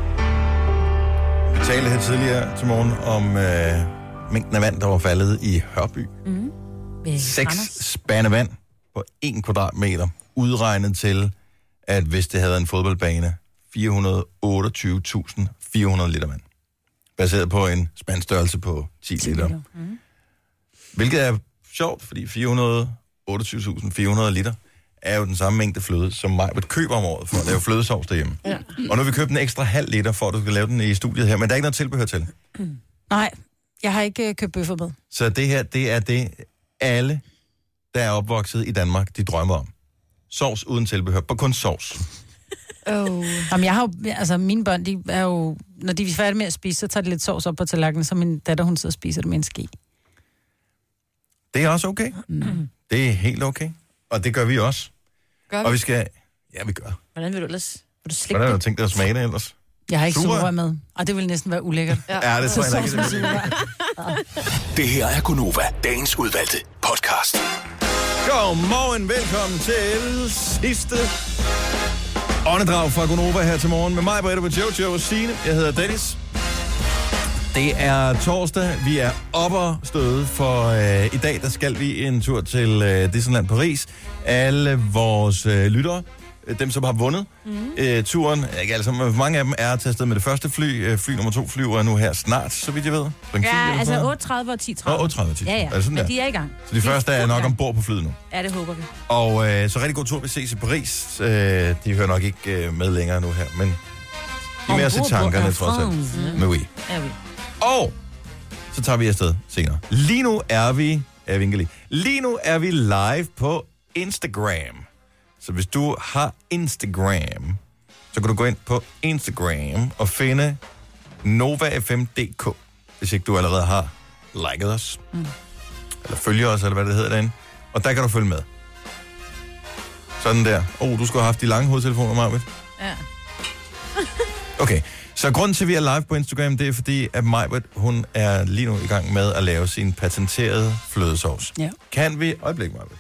Vi talte her tidligere til morgen om øh, mængden af vand, der var faldet i Hørby. Mm. Seks spande vand på en kvadratmeter, udregnet til, at hvis det havde en fodboldbane, fire hundrede og otteogtyve tusind fire hundrede liter vand. Baseret på en spandstørrelse på ti liter. Mm. Hvilket er sjovt, fordi fire hundrede og otteogtyve tusind fire hundrede liter er jo den samme mængde fløde, som Majbert køber om året for at lave flødesovs derhjemme. Ja. Og nu har vi købt en ekstra halv liter, for at du skal lave den i studiet her, men der er ikke noget tilbehør til. Nej, jeg har ikke øh, købt bøffer med. Så det her, det er det, alle, der er opvokset i Danmark, de drømmer om. Sovs uden tilbehør, på kun sovs. Oh. Jamen, jeg har jo, altså mine børn, de er jo, når de er færdige med at spise, så tager de lidt sovs op på tallerkenen, så min datter, hun sidder og spiser det med en ske. Det er også okay. Mm. Det er helt okay. Og det gør vi også. Gør vi? Og vi skal... Ja, vi gør. Hvordan vil du ellers? Vil du slikke Hvordan har du det? tænkt dig at smage det ellers? Jeg har ikke Sugerør? sugerør med, og det vil næsten være ulækkert. Ja, ja det tror jeg Så ikke. sovs med Det sugerør. Det her er Gunova, dagens udvalgte podcast. Godmorgen, velkommen til sidste åndedrag fra Gunova her til morgen med mig, Britta, med Jojo og Signe. Jeg hedder Dennis. Det er torsdag. Vi er oppe og støde, for øh, i dag der skal vi en tur til øh, Disneyland Paris. Alle vores øh, lyttere dem, som har vundet mm. øh, turen. Ikke alle sammen, mange af dem er taget afsted med det første fly. Øh, fly nummer to flyver nu her snart, så vidt jeg ved. Ja, altså otte tredive og ti tredive. Og otte tredive og ti tredive. Ja, ja, altså men de er i gang. Så de, de første er nok ombord på flyet nu. Ja, det håber vi. Og øh, så rigtig god tur, vi ses i Paris. Øh, de hører nok ikke øh, med længere nu her, men de er med os i tankerne, trods alt. Med vi. Ja, vi. Og så tager vi afsted senere. Lige nu er vi... Ja, lige. Lige nu er vi live på Instagram. Så hvis du har Instagram, så kan du gå ind på Instagram og finde Nova F M punktum d k, hvis ikke du allerede har liket os. Mm. Eller følger os, eller hvad det hedder derinde. Og der kan du følge med. Sådan der. Åh, oh, du skulle have haft de lange hovedtelefoner, Marvitt. Ja. Okay, så grunden til, at vi er live på Instagram, det er fordi, at Majbert, hun er lige nu i gang med at lave sin patenterede flødesovs. Ja. Kan vi... Øjeblik, Majbert.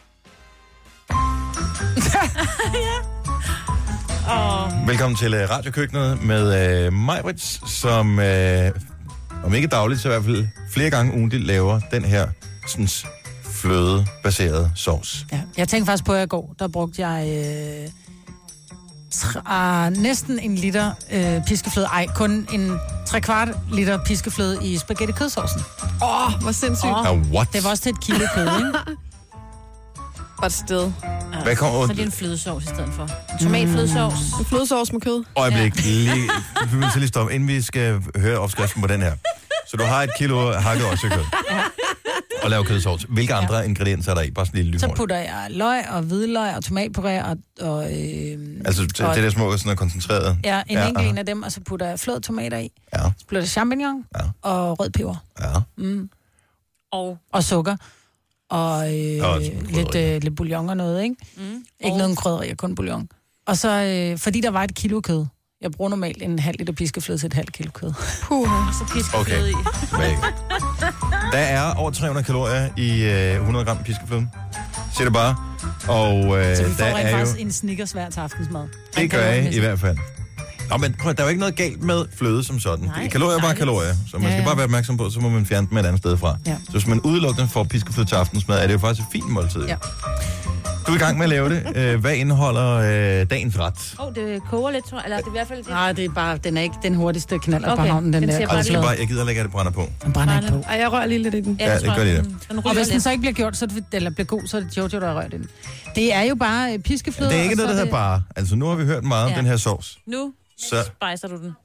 ja. oh. Velkommen til uh, Radiokøkkenet med uh, Majbert, som uh, om ikke dagligt, så i hvert fald flere gange ugentligt laver den her sådan, flødebaserede sovs. Ja. Jeg tænkte faktisk på, at i går, der brugte jeg... Øh Uh, næsten en liter uh, piskefløde. Ej, kun en tre kvart liter piskefløde i spaghetti kødsovsen. Åh, oh, hvor sindssygt. Oh. Uh, what? Det var også til et kilo kød, ikke? Var et sted. Ja, Hvad kommer... Så det er en flødesovs i stedet for. En tomatflødesovs. Mm. En flødesovs med kød. Øjeblik, ja. lige, vi vil lige stoppe, inden vi skal høre opskriften på den her. Så du har et kilo hakket oksekød. Ja. Og lave kødsovs. Hvilke andre ja. ingredienser er der i? Bare sådan en lille Så putter jeg løg og hvidløg og tomatpuré og... og øh, altså til og, det der små sådan noget koncentreret? Ja, en ja, enkelt en af dem, og så putter jeg fløde tomater i. Ja. Så putter jeg champignon ja. og rød peber. Ja. Mm. Og, og sukker. Og, øh, og lidt, øh, lidt bouillon og noget, ikke? Mm. Ikke og... noget krydderi, kun bouillon. Og så, øh, fordi der var et kilo kød. Jeg bruger normalt en halv liter piskefløde til et halvt kilo kød. Puh, og så piskefløde okay. i. Der er over tre hundrede kalorier i øh, hundrede gram piskefløde. Siger det bare. Og, øh, så vi får der rent er faktisk jo... en Snickers hver til aftensmad. Det gør jeg i hvert fald. Nå, men prøv, der er jo ikke noget galt med fløde som sådan. Nej, kalorier er bare kalorier, så man ja, ja. skal bare være opmærksom på, så må man fjerne dem et andet sted fra. Ja. Så hvis man udelukkende får piskefløde til aftensmad, er det jo faktisk et fint måltid. Ja. Du er i gang med at lave det. Hvad indeholder øh, dagens ret? Åh, oh, det koger lidt, tror jeg. Eller det er i hvert fald... Det... Nej, det er bare, den er ikke den hurtigste knaller okay. på havnen, den, den der. Altså, bare, jeg gider ikke, at det brænder på. Den brænder ikke på. Ej, jeg rører lige lidt i den. Ja, det gør det. Og hvis den så ikke bliver gjort, så det, eller bliver god, så er det Jojo, der rører den. Det er jo bare piskefløde. Det er ikke noget, der hedder bare. Altså, nu har vi hørt meget ja. om den her sovs. Nu så spicer du den.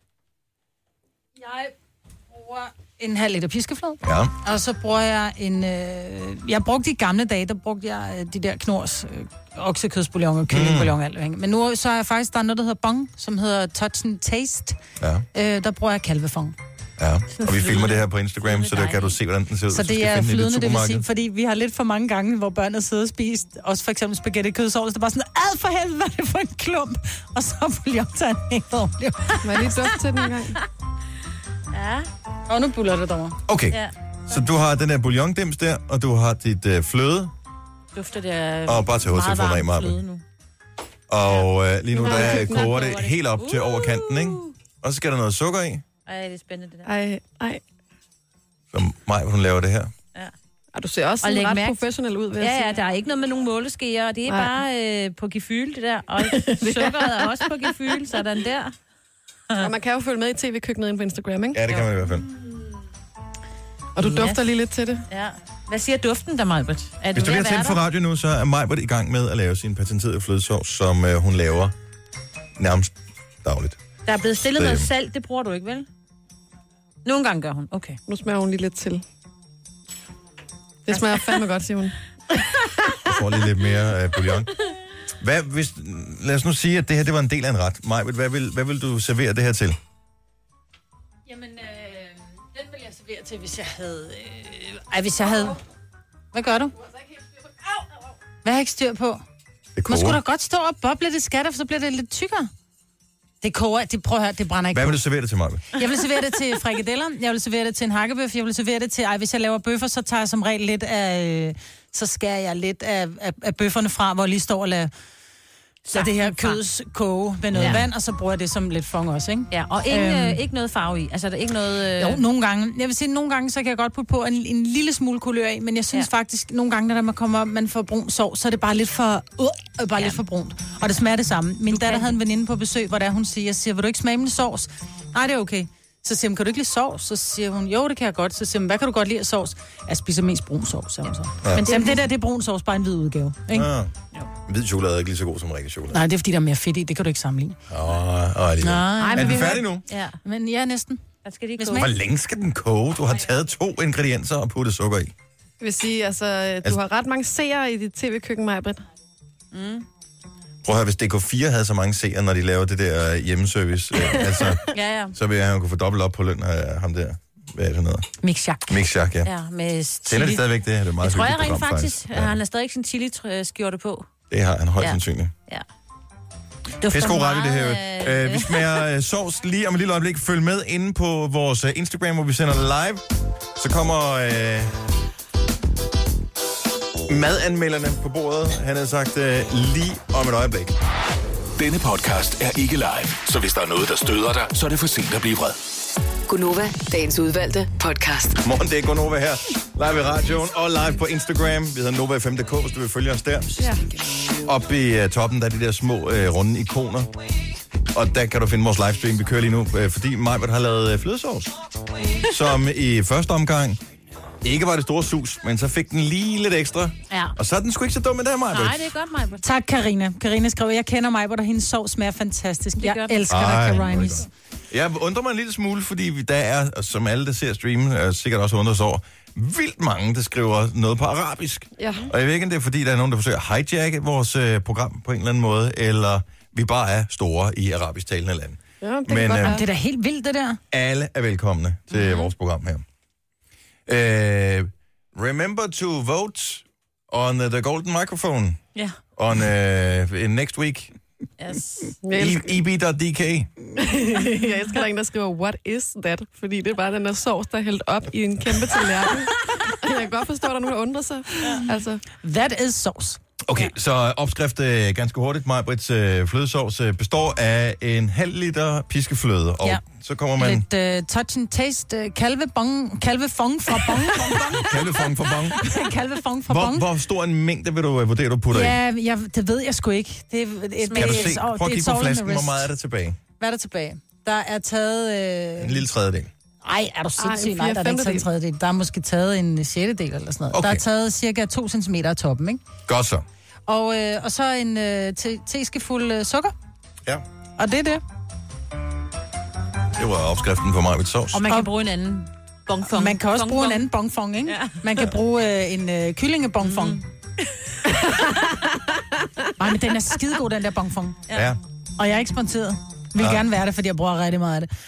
Jeg bruger en halv liter piskefløde. Ja. Og så bruger jeg en... Øh, jeg brugte i gamle dage, der brugte jeg øh, de der knors, øh, oksekødsbouillon og kyllingbouillon. Mm. Men nu så er jeg faktisk, der er noget, der hedder bong, som hedder Touch and Taste. Ja. Øh, der bruger jeg kalvefong. Ja, og vi filmer det her på Instagram, så der kan du se, hvordan den ser ud. Så det er flydende, det vil sige, fordi vi har lidt for mange gange, hvor børnene sidder og spist, også for eksempel spaghetti kødsovs, det er bare sådan, ad for helvede, hvad er det for en klump? Og så bouillon tager en helt ordentligt. Må jeg lige duft til den en gang? Ja. Og nu buller det derovre. Okay, ja. Så du har den der bouillondims der, og du har dit øh, fløde. Dufter det er og bare til hovedtelefoner af Marbe. Og øh, lige nu, der koger det helt op uh. til over kanten, ikke? Og så skal der noget sukker i. Ej, det er spændende, det der. Ej, ej. Så Maj, hun laver det her. Ja. Og du ser også ret mærke. professionel ud, vil jeg Ja, sige. ja, der er ikke noget med nogen måleskeer, det er ej. bare øh, på gefyl, det der. Og sukkeret er også på gefyl, sådan der. Og man kan jo følge med i T V-køkkenet inde på Instagram, ikke? Ja, det kan man i hvert fald. Og du yes. dufter lige lidt til det. Ja. Hvad siger duften der, Majbert? Er Hvis du lige har tændt for radio nu, så er Majbert i gang med at lave sin patenterede flødesovs, som øh, hun laver nærmest dagligt. Der er blevet stillet noget salt, det bruger du ikke, vel? Nogle gange gør hun, okay. Nu smager hun lige lidt til. Det smager fandme godt, siger hun. Jeg får lige lidt mere øh, bouillon. Hvad, hvis, lad os nu sige, at det her det var en del af en ret. Majbert, hvad vil, hvad vil du servere det her til? Jamen, øh, den vil jeg servere til, hvis jeg havde... Øh, ej, hvis jeg havde... Hvad gør du? Hvad har jeg ikke styr på? Det Man skulle da godt stå og boble det skatter, for så bliver det lidt tykkere. Det koger, det, prøv at høre, det brænder ikke. Hvad vil du servere det til, Majbert? Jeg vil servere det til frikadeller, jeg vil servere det til en hakkebøf, jeg vil servere det til... Ej, hvis jeg laver bøffer, så tager jeg som regel lidt af... Øh, så skærer jeg lidt af, af, af bøfferne fra, hvor jeg lige står og lader Så det her køds koge med noget ja. vand, og så bruger jeg det som lidt fong også, ikke? Ja, og ingen, øhm, øh, ikke noget farve i. Altså, der er ikke noget... Øh... Jo, nogle gange. Jeg vil sige, nogle gange, så kan jeg godt putte på en, en lille smule kulør i, men jeg synes ja. faktisk, nogle gange, når man kommer op, man får brun sovs, så er det bare lidt for... Uh, bare ja. lidt for brunt. Og det smager det samme. Min du datter kan... havde en veninde på besøg, hvor der hun siger, jeg siger, vil du ikke smage med sovs? Nej, det er okay. Så siger hun, kan du ikke lide sovs? Så siger hun, jo, det kan jeg godt. Så siger hun, hvad kan du godt lide af sovs? Jeg spiser mest brun sovs, siger hun så. Ja. Men det, jamen, det der, det er brun sovs, bare en hvid udgave. Ikke? Ja. Hvid chokolade er ikke lige så god som rigtig chokolade. Nej, det er fordi, der er mere fedt i. Det kan du ikke sammenligne. Åh, oh, oh, Nej, er den færdig nu? Ja, men ja, næsten. Skal de Hvor længe skal den koge? Du har taget to ingredienser og puttet sukker i. Jeg vil sige, altså, du altså... har ret mange seere i dit tv-køkken, Maj-Brit. Mm. Prøv at høre, hvis D K fire havde så mange seere, når de laver det der hjemmeservice, øh, altså, ja, ja. så ville jeg kunne få dobbelt op på løn af ham der. Hvad er det noget? Mixjak. Mixjak, ja. Ja, med Tænder det stadigvæk det? Det er meget jeg tror jeg program, rent faktisk. faktisk. Ja. Han har stadig sin chili-skjorte på. Det har han højst ja. sandsynligt. Ja. Fisk god radio, det her. Øh, vi smager uh, sovs lige om et lille øjeblik. Følg med inde på vores uh, Instagram, hvor vi sender live. Så kommer uh, madanmelderne på bordet. Han har sagt uh, lige om et øjeblik. Denne podcast er ikke live, så hvis der er noget, der støder dig, så er det for sent at blive vred. Gunova, dagens udvalgte podcast. Morgen, det er Gunova her. Live i radioen og live på Instagram. Vi hedder Nova F M punktum d k, hvis du vil følge os der. Ja. Oppe i uh, toppen, der er de der små uh, runde ikoner. Og der kan du finde vores livestream, vi kører lige nu. Uh, fordi Majbert har lavet uh, flødesovs. Som i første omgang ikke var det store sus, men så fik den lige lidt ekstra. Ja. Og så er den sgu ikke så dum med det, Majbert. Nej, det er godt, Majbert. Tak, Karina. Karina skrev, jeg kender Majbert, og hendes sovs smager fantastisk. Jeg godt. elsker dig, Karinis. Jeg undrer mig en lille smule, fordi der er, som alle, der ser streamen, er sikkert også undret sig over, vildt mange, der skriver noget på arabisk. Ja. Og jeg ved ikke, om det er, fordi der er nogen, der forsøger at hijacke vores øh, program på en eller anden måde, eller vi bare er store i arabisk talende land. Ja, det, Men, øh, det er da helt vildt, det der. Alle er velkomne til mm-hmm. vores program her. Uh, remember to vote on the golden microphone yeah. on uh, in next week. Yes. e b punktum d k. Jeg elsker, der er en, der skriver, what is that? Fordi det er bare den der sovs, der er hældt op i en kæmpe tallerken. Jeg kan godt forstå, at der er nogen, der undrer sig. Altså. That is sauce. Okay, ja. Så opskrift øh, ganske hurtigt. Majbrits øh, flødesovs øh, består af en halv liter piskefløde, og ja. så kommer man... Lidt uh, touch and taste, uh, kalvebong, kalvefong fra bong. Kalvefong fra bong. Kalvefong fra hvor, bong. Hvor stor en mængde vil du vurdere, du putter ja, i? Ja, det ved jeg sgu ikke. Det er, et, kan du se? Prøv at kigge på flasken, hvor meget er der tilbage? Hvad er der tilbage? Der er taget... Øh... En lille tredjedel. Ej, er du sindssygt? Nej, der er ikke taget en tredjedel. Der er måske taget en sjettedel eller sådan noget. Okay. Der er taget cirka to centimeter af toppen, ikke? Godt så. Og, øh, og så en øh, te- teskefuld øh, sukker. Ja. Og det er det. Det var opskriften på Majbrits sovs. Og man kan bruge en anden bonfong. Man kan også bong, bruge bong. en anden bonfong, ikke? Ja. Man kan bruge øh, en øh, kyllingebonfong. Mm. Nej, men den er skidegod, den der bonfong. Ja. ja. Og jeg er ikke sponsoreret. Vil ja. gerne være det, fordi jeg bruger rigtig meget af det.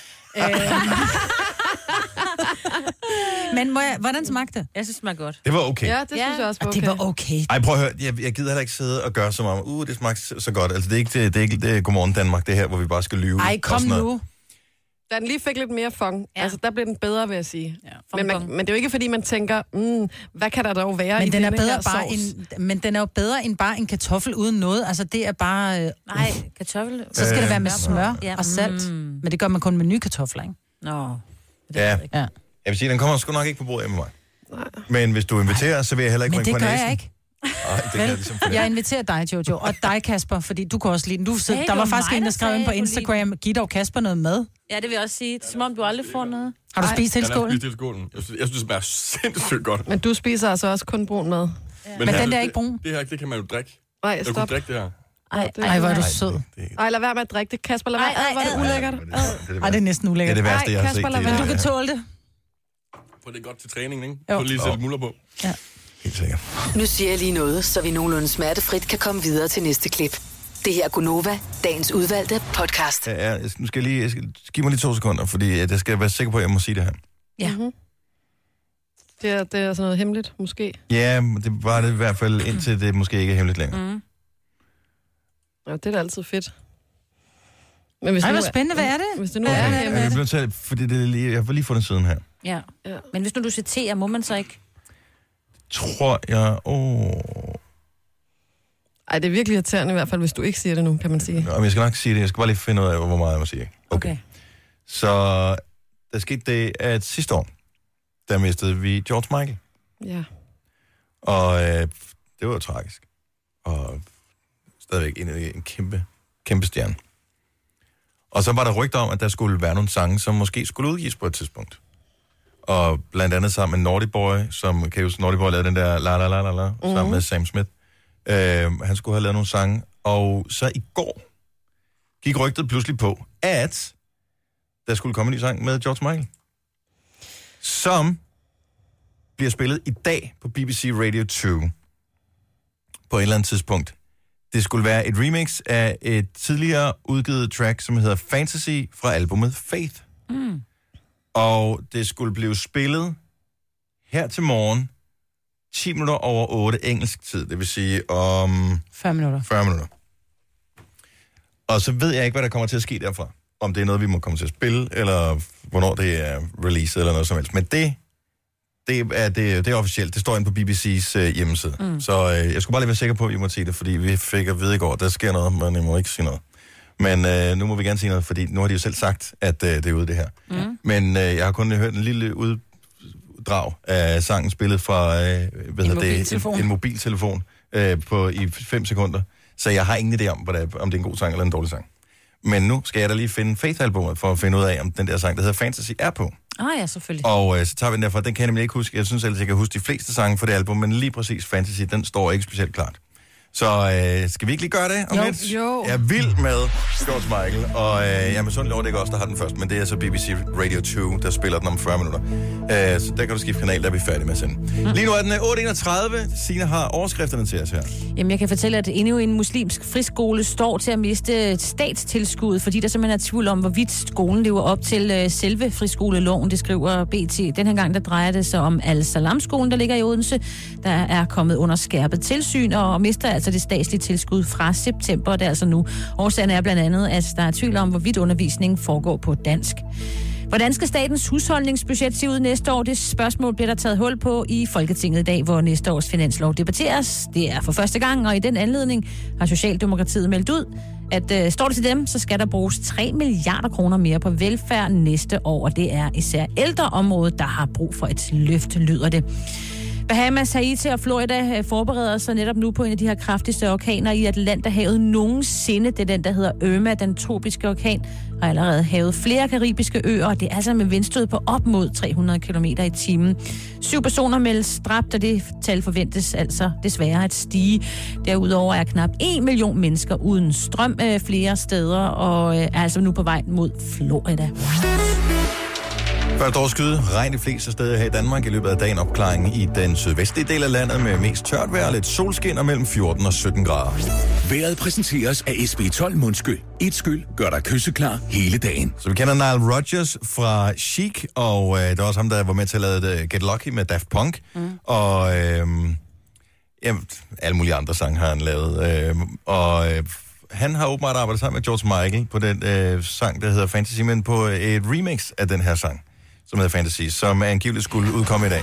Men må jeg, hvordan smagte det? Jeg synes, det smager godt. Det var okay. Ja, det synes ja. jeg også var okay. Og det var okay. Ej, prøv at høre. Jeg, jeg gider heller ikke sidde og gøre som om, uh, det smagte så godt. Altså, det er ikke det, det, er ikke, det er Godmorgen Danmark, det her, hvor vi bare skal lyve. Ej, kom nu. Da den lige fik lidt mere fong, ja. altså der blev den bedre, vil jeg sige. Ja, men, man, men det er jo ikke, fordi man tænker, mm, hvad kan der dog være men i den er denne bedre her bare sovs? en, Men den er jo bedre end bare en kartoffel uden noget. Altså, det er bare... Øh, Nej, kartoffel... Så skal øh, det være med smør ja. og salt. Mm. Men det gør man kun med nye kartofler, ikke? Nå. Ja. ja. Jeg vil sige, den kommer sgu nok ikke på bordet med mig. Nej. Men hvis du inviterer, så vil jeg heller ikke men bringe på næsen. Men det gør jeg ikke. Ej, det kan jeg, ligesom jeg inviterer dig, Jojo, og dig, Kasper, fordi du kan også lide den. Du sidder, der var faktisk en, der skrev ind på Instagram, giv dog Kasper noget mad. Ja, det vil jeg også sige. Som om du aldrig får noget. Har du Ej. spist hele skålen? Jeg har spist hele skålen. Jeg synes, jeg synes, det smager sindssygt godt. Men du spiser altså også kun brun mad. Ja. Men, Men her, den der er ikke brun? Det, det her, det kan man jo drikke. Nej, stop. Du kan drikke det her. Ej, Ej, hvor er du sød. Ej, lad være med at drikke det. Kasper, lad være. Ej, hvor er det ulækkert. Ej, det er næsten ulækkert. Det er det værste, jeg har set. Men du kan tåle det. For det er godt til træning, ikke? Jo. Få lige sætte muller på. Ja. Helt sikkert. Nu siger jeg lige noget, så vi nogenlunde smertefrit kan komme videre til næste klip. Det her er Gunova, dagens udvalgte podcast. Ja, ja, nu skal jeg lige... Jeg skal, giv mig lige to sekunder, fordi jeg skal være sikker på, at jeg må sige det her. Ja. Mm-hmm. Det er, det er sådan noget hemmeligt, måske. Ja, det var det i hvert fald, indtil det måske ikke er hemmeligt længere. Mm. Ja, det er da altid fedt. Men hvis Ej, hvor er, spændende, hvad er det? Hvis det nu okay, er det, jeg bliver til, fordi det er lige, jeg har lige fundet siden her. Ja. ja. Men hvis nu du citerer, må man så ikke? Tror jeg... Åh... Ej, det er virkelig irriterende i hvert fald, hvis du ikke siger det nu, kan man sige. Nå, men jeg skal nok sige det. Jeg skal bare lige finde ud af, hvor meget jeg må sige. Okay. okay. Så der skete det, at sidste år, der mistede vi George Michael. Ja. Og øh, det var jo tragisk. Og stadigvæk en, en kæmpe, kæmpe stjerne. Og så var der rygter om, at der skulle være nogle sange, som måske skulle udgives på et tidspunkt. Og blandt andet sammen med Naughty Boy, som kan jo Naughty Boy lavede den der la la la la la, mm-hmm. sammen med Sam Smith. Øh, han skulle have lavet nogle sange. Og så i går gik rygtet pludselig på, at der skulle komme en ny sang med George Michael. Som bliver spillet i dag på B B C Radio to. På et eller andet tidspunkt. Det skulle være et remix af et tidligere udgivet track, som hedder Fantasy fra albumet Faith. Mm. Og det skulle blive spillet her til morgen, ti minutter over otte engelsk tid, det vil sige om... fyrre minutter. fyrre minutter. Og så ved jeg ikke, hvad der kommer til at ske derfra. Om det er noget, vi må komme til at spille, eller hvornår det er releaset, eller noget som helst. Men det, det, er, det, det er officielt. Det står inde på B B C's øh, hjemmeside. Mm. Så øh, jeg skulle bare lige være sikker på, at vi må sige det, fordi vi fik at vide i går, at der sker noget, men jeg må ikke sige noget. Men øh, nu må vi gerne sige noget, fordi nu har de jo selv sagt, at øh, det er ude det her. Mm. Men øh, jeg har kun hørt en lille uddrag af sangen spillet fra øh, hvad en, det, mobiltelefon. En, en mobiltelefon øh, på, i fem sekunder. Så jeg har ingen idé om, hvad det er, om det er en god sang eller en dårlig sang. Men nu skal jeg da lige finde Faith-albumet, for at finde ud af, om den der sang, der hedder Fantasy, er på. Ah ja, selvfølgelig. Og øh, så tager vi den derfra. Den kan jeg nemlig ikke huske. Jeg synes ellers, jeg kan huske de fleste sange fra det album, men lige præcis Fantasy, den står ikke specielt klart. Så øh, skal vi ikke lige gøre det om jo, lidt? Jo. Jeg er vild med George Michael, og øh, jeg er med sådan lov, det ikke også, der har den først, men det er så B B C Radio to, der spiller den om fyrre minutter. Øh, så der kan du skifte kanal, der er vi færdige med at sende. Mm. Lige nu er den otte enogtredive. Signe har overskrifterne til os her. Jamen, jeg kan fortælle, at endnu en muslimsk friskole står til at miste statstilskud, fordi der simpelthen er tvivl om, hvorvidt skolen lever op til øh, selve friskoleloven. Det skriver B T. Den her gang, der drejer det sig om Al-Salam-skolen, der ligger i Odense. Der er kommet under skærpet tilsyn og mister altså det statslige tilskud fra september. Det er altså nu. Årsagen er blandt andet, at der er tvivl om, hvorvidt undervisningen foregår på dansk. Hvordan skal statens husholdningsbudget se ud næste år? Det spørgsmål bliver der taget hul på i Folketinget i dag, hvor næste års finanslov debatteres. Det er for første gang, og i den anledning har Socialdemokratiet meldt ud, at øh, står det til dem, så skal der bruges tre milliarder kroner mere på velfærd næste år, og det er især ældreområdet, der har brug for et løft, lyder det. Bahamas, Haiti og Florida forbereder sig netop nu på en af de her kraftigste orkaner i Atlanterhavet nogensinde. Det er den, der hedder Irma, den tropiske orkan, har allerede havet flere karibiske øer, og det er altså med vindstød på op mod tre hundrede kilometer i timen. Syv personer meldes dræbt, og det tal forventes altså desværre at stige. Derudover er knap en million mennesker uden strøm øh, flere steder, og øh, er altså nu på vej mod Florida. Først overskyde, regn de fleste steder her i Danmark i løbet af dagen, opklaring i den sydvestlige del af landet med mest tørt vejr, lidt solskin og mellem fjorten og sytten grader. Vejret præsenteres af S B tolv Mundskyld. Et skyld gør dig kysseklar hele dagen. Så vi kender Nile Rodgers fra Chic, og øh, det var også ham, der var med til at lave Get Lucky med Daft Punk. Mm. Og øh, ja, alle mulige andre sange har han lavet. Øh, og øh, han har åbenbart arbejdet sammen med George Michael på den øh, sang, der hedder Fantasy, men på et remix af den her sang, som hedder Fantasy, som angiveligt skulle udkomme i dag.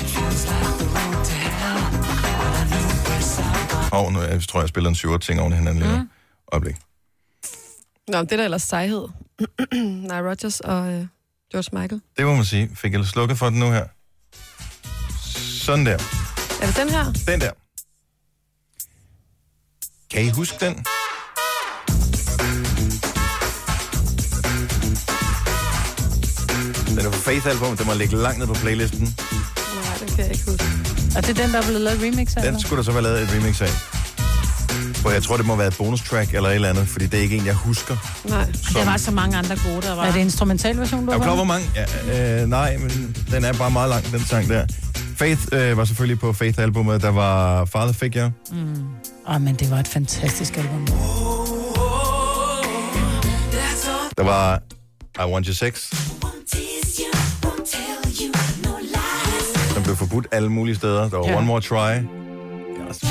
Og nu jeg tror jeg, jeg spiller en syv otte ting oven i hinanden lige nu. Øjeblik. Nå, det er da ellers sejhed. Nile Rodgers og øh, George Michael. Det må man sige. Fik jeg slukket for den nu her? Sådan der. Er det den her? Den der. Kan I huske den? Den er på Faith-album, den må ligge langt ned på playlisten. Nej, den kan jeg ikke huske. Og det er den, der er blevet lavet remix af? Den skulle der så være lavet et remix af. For jeg tror, det må være et bonustrack eller et eller andet, fordi det er ikke en, jeg husker. Nej. Som... Der var så mange andre gode, der var. Er det instrumentalversion, du har? Jeg er klar, hvor mange? Ja, øh, nej, men den er bare meget lang, den sang der. Faith øh, var selvfølgelig på Faith-albumet, der var Father Figure. Mm. Åh, men det var et fantastisk album. Der var I Want Your Sex. Den blev forbudt alle mulige steder. Der var ja. One More Try. Yes.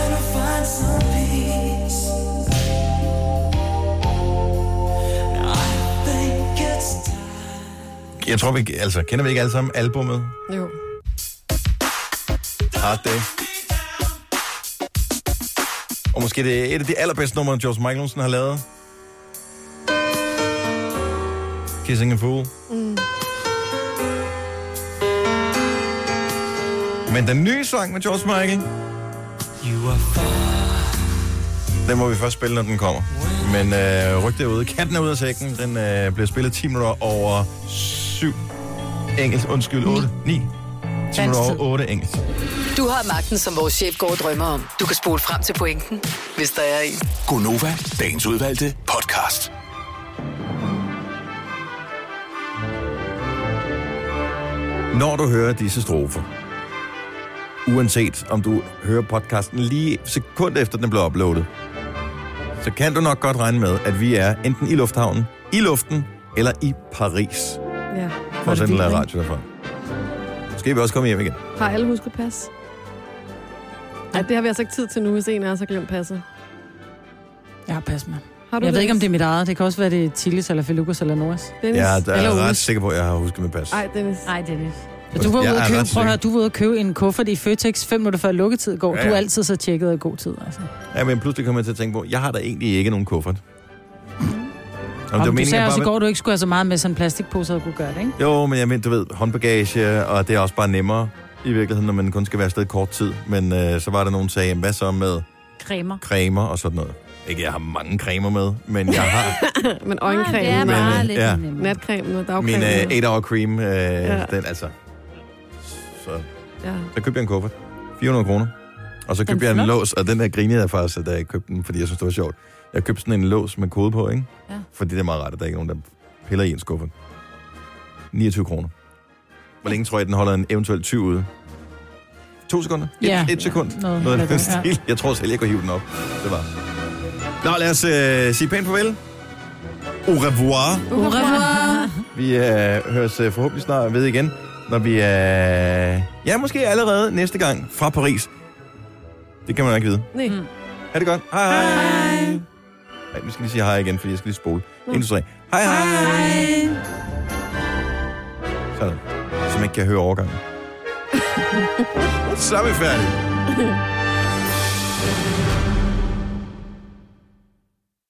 Jeg tror, vi... Altså, kender vi ikke alle sammen albummet? Jo. Hard Day. Og måske det er et af de allerbedste numre, George Michael nogensinde har lavet. Kissing a Fool. Mm. Men den nye sang med George Michael, den må vi først spille, når den kommer. Men øh, ryk derude. Katten er ude af sækken. Den øh, bliver spillet ti minutter over syv engelsk. Undskyld, otte. ni. ti minutter over otte engelsk. Du har magten, som vores chef går og drømmer om. Du kan spole frem til pointen, hvis der er en. Gonova, dagens udvalgte podcast. Når du hører disse strofer, uanset om du hører podcasten lige sekund efter den blev uploadet, så kan du nok godt regne med, at vi er enten i lufthavnen, i luften eller i Paris. Ja. For at sende en radio derfra. Skal vi også komme hjem igen? Har alle husket pas? Nej, det har vi altså ikke tid til nu, hvis en af os har glemt passet. Jeg har pas med. Har du jeg det? ved ikke, om det er mit eget. Det kan også være, det er Tillis eller Felukas eller Noras. Dennis? Jeg er, eller er ret Uges. sikker på, at jeg har husket med pas. Ej, Dennis. Nej, Dennis. Du var, Jeg ude er at købe, ret prøv at høre, sikker. du var ude at købe en kuffert i Føtex fem minutter før lukketid går. Ja, Du ja. er altid så tjekket af god tid. Altså. Ja, men pludselig kom jeg til at tænke på, jeg har da egentlig ikke nogen kuffert. Om Om du sagde også i bare... går, du ikke skulle have så meget med sådan en plastikpose, at kunne gøre det, ikke? Jo, men jeg mener, du ved, håndbagage, og det er også bare nemmere i virkeligheden, når man kun skal være afsted kort tid. Men øh, så var der nogen, der sagde, jamen, hvad så med Cremer. cremer og sådan noget? Ikke, jeg har mange cremer med, men jeg har Men øjencreme. Ah, det er Men, bare øh, lidt ja. nemmere. Natcreme og dagcreme. min øh, eight hour cream, øh, Ja. ja. den altså. Så, Ja. så købte jeg en kuffert. fire hundrede kroner. Og så købte jeg en flot. lås, og den der grinede jeg faktisk, da jeg købte den, fordi jeg synes, det var sjovt. Jeg købte sådan en lås med kode på, ikke? Ja. Fordi det er meget rart, at der ikke er nogen, der piller i en skuffe. niogtyve kroner. Hvor længe tror jeg, den holder en eventuel tyv ude? To sekunder? Et, Ja. et sekund? Noget- Noget af den ja. stil. Jeg tror selv, jeg kunne hive den op. Det var. Nå, lad os øh, sige pænt farvel. Au revoir. Au revoir. Vi øh, høres øh, forhåbentlig snart ved igen, når vi er... Øh, ja, måske allerede næste gang fra Paris. Det kan man jo ikke vide. Nej. Mm. Ha' det godt. Hej hej. Nej, vi skal lige sige hej igen, fordi jeg skal lige spole. en, to, tre. Hej hej. Sådan. Så man ikke kan høre overgangen. Så er vi færdige.